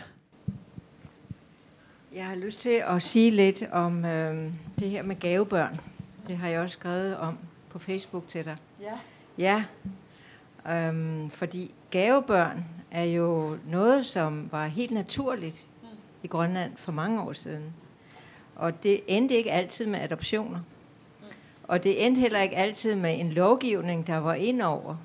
Jeg har lyst til at sige lidt om øh, det her med gavebørn. Det har jeg også skrevet om på Facebook til dig. Ja. Ja. Øhm, fordi gavebørn er jo noget, som var helt naturligt mm. i Grønland for mange år siden. Og det endte ikke altid med adoptioner. Mm. Og det endte heller ikke altid med en lovgivning, der var indover.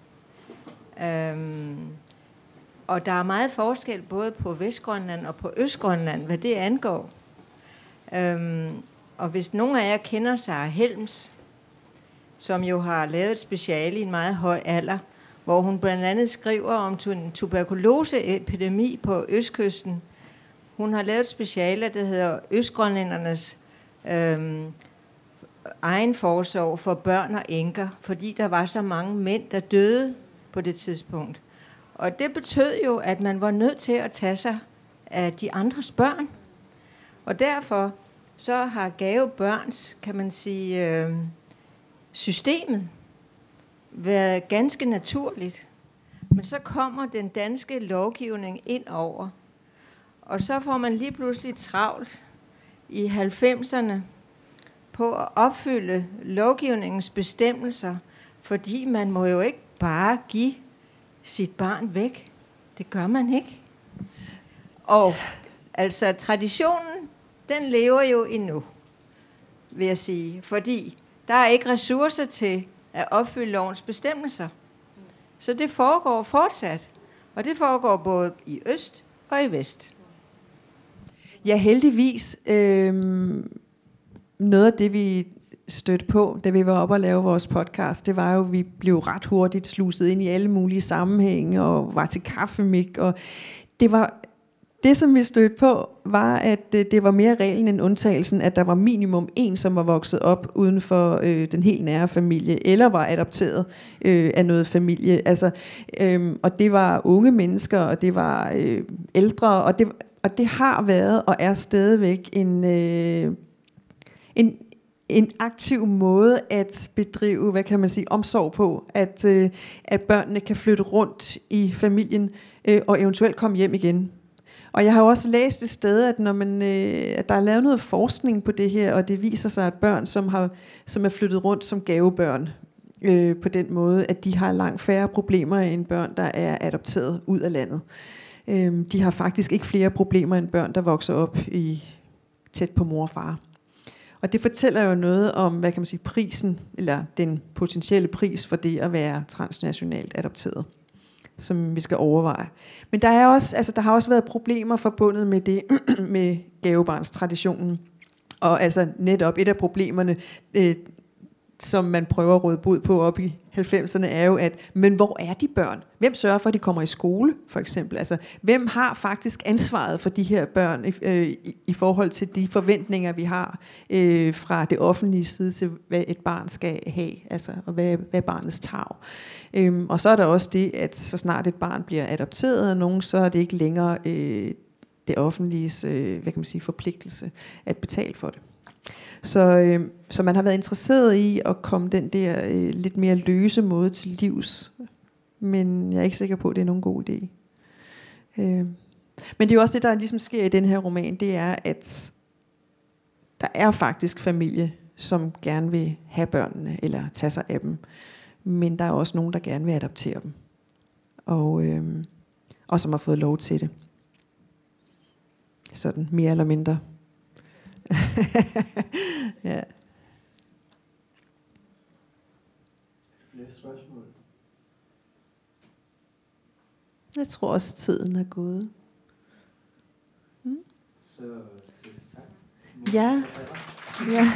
Øhm, og der er meget forskel både på Vestgrønland og på Østgrønland, hvad det angår. Øhm, og hvis nogen af jer kender Sara Helms, som jo har lavet et speciale i en meget høj alder, hvor hun blandt andet skriver om en tuberkuloseepidemi på Østkysten. Hun har lavet et speciale, der hedder Østgrønlændernes øhm, egen forsorg for børn og enker, fordi der var så mange mænd, der døde på det tidspunkt. Og det betød jo, at man var nødt til at tage sig af de andres børn. Og derfor så har gavebørns, kan man sige, øh, systemet været ganske naturligt. Men så kommer den danske lovgivning ind over, og så får man lige pludselig travlt i halvfemserne på at opfylde lovgivningens bestemmelser, fordi man må jo ikke bare give sit barn væk. Det gør man ikke. Og altså traditionen, den lever jo endnu, vil jeg sige, fordi der er ikke ressourcer til at opfylde lovens bestemmelser. Så det foregår fortsat, og det foregår både i øst og i vest. Ja, heldigvis. Øh, noget af det, vi stødte på, da vi var oppe og lave vores podcast, det var jo, at vi blev ret hurtigt sluset ind i alle mulige sammenhænge, og var til kaffemik, og det var... Det, som vi stødte på, var, at det var mere reglen end undtagelsen, at der var minimum en, som var vokset op uden for øh, den helt nære familie, eller var adopteret øh, af noget familie. Altså, øh, og det var unge mennesker, og det var øh, ældre, og det, og det har været og er stadigvæk en, øh, en, en aktiv måde at bedrive, hvad kan man sige, omsorg på, at, øh, at børnene kan flytte rundt i familien øh, og eventuelt komme hjem igen. Og jeg har jo også læst et sted, at, når man, øh, at der er lavet noget forskning på det her, og det viser sig, at børn, som, har, som er flyttet rundt som gavebørn, øh, på den måde, at de har langt færre problemer end børn, der er adopteret ud af landet. Øh, de har faktisk ikke flere problemer end børn, der vokser op i, tæt på mor og far. Og det fortæller jo noget om, hvad kan man sige, prisen, eller den potentielle pris for det at være transnationalt adopteret, som vi skal overveje. Men der er også, altså der har også været problemer forbundet med det med gavebarnstraditionen. Og altså netop et af problemerne, øh, som man prøver at råde bod på op i halvfemserne, er jo, at men hvor er de børn? Hvem sørger for, at de kommer i skole, for eksempel? Altså, hvem har faktisk ansvaret for de her børn øh, i, i forhold til de forventninger, vi har øh, fra det offentlige side til, hvad et barn skal have, altså, og hvad, hvad barnets tarv. Øhm, og så er der også det, at så snart et barn bliver adopteret af nogen, så er det ikke længere øh, det offentliges øh, hvad kan man sige, forpligtelse at betale for det. Så, øh, så man har været interesseret i at komme den der øh, lidt mere løse måde til livs. Men jeg er ikke sikker på, at det er nogen god idé. Øh. Men det er jo også det, der ligesom sker i den her roman, det er, at der er faktisk familie, som gerne vil have børnene, eller tage sig af dem. Men der er også nogen, der gerne vil adoptere dem. Og, øh, og som har fået lov til det. Sådan mere eller mindre. Ja. Flere spørgsmål? Jeg tror også, tiden er gået. Hmm? Så siger vi tak. Ja. Ja.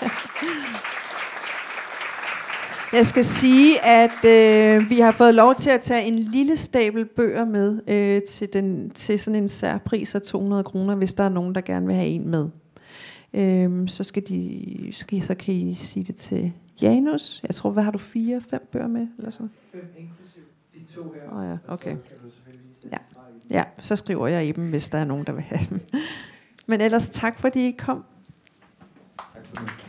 Jeg skal sige, at øh, vi har fået lov til at tage en lille stabel bøger med øh, til, den, til sådan en særpris af to hundrede kroner, hvis der er nogen, der gerne vil have en med. Øhm, så skal de, skal, så kan I sige det til Janus. Jeg tror, hvad har du, fire, fem bøger med? Eller sådan? Fem inklusiv de to her. Oh, ja, okay. Og så kan du selvfølgelig sætte Ja. streg i. Ja, så skriver jeg i dem, hvis der er nogen, der vil have dem. Men ellers tak, fordi I kom. Tak for det.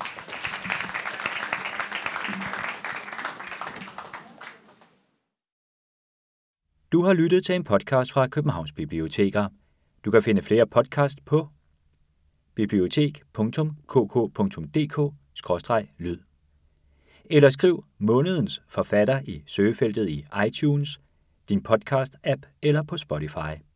Du har lyttet til en podcast fra Københavns Biblioteker. Du kan finde flere podcast på bibliotek punktum k k punktum d k skråstreg lyd. Eller skriv månedens forfatter i søgefeltet i iTunes, din podcast-app eller på Spotify.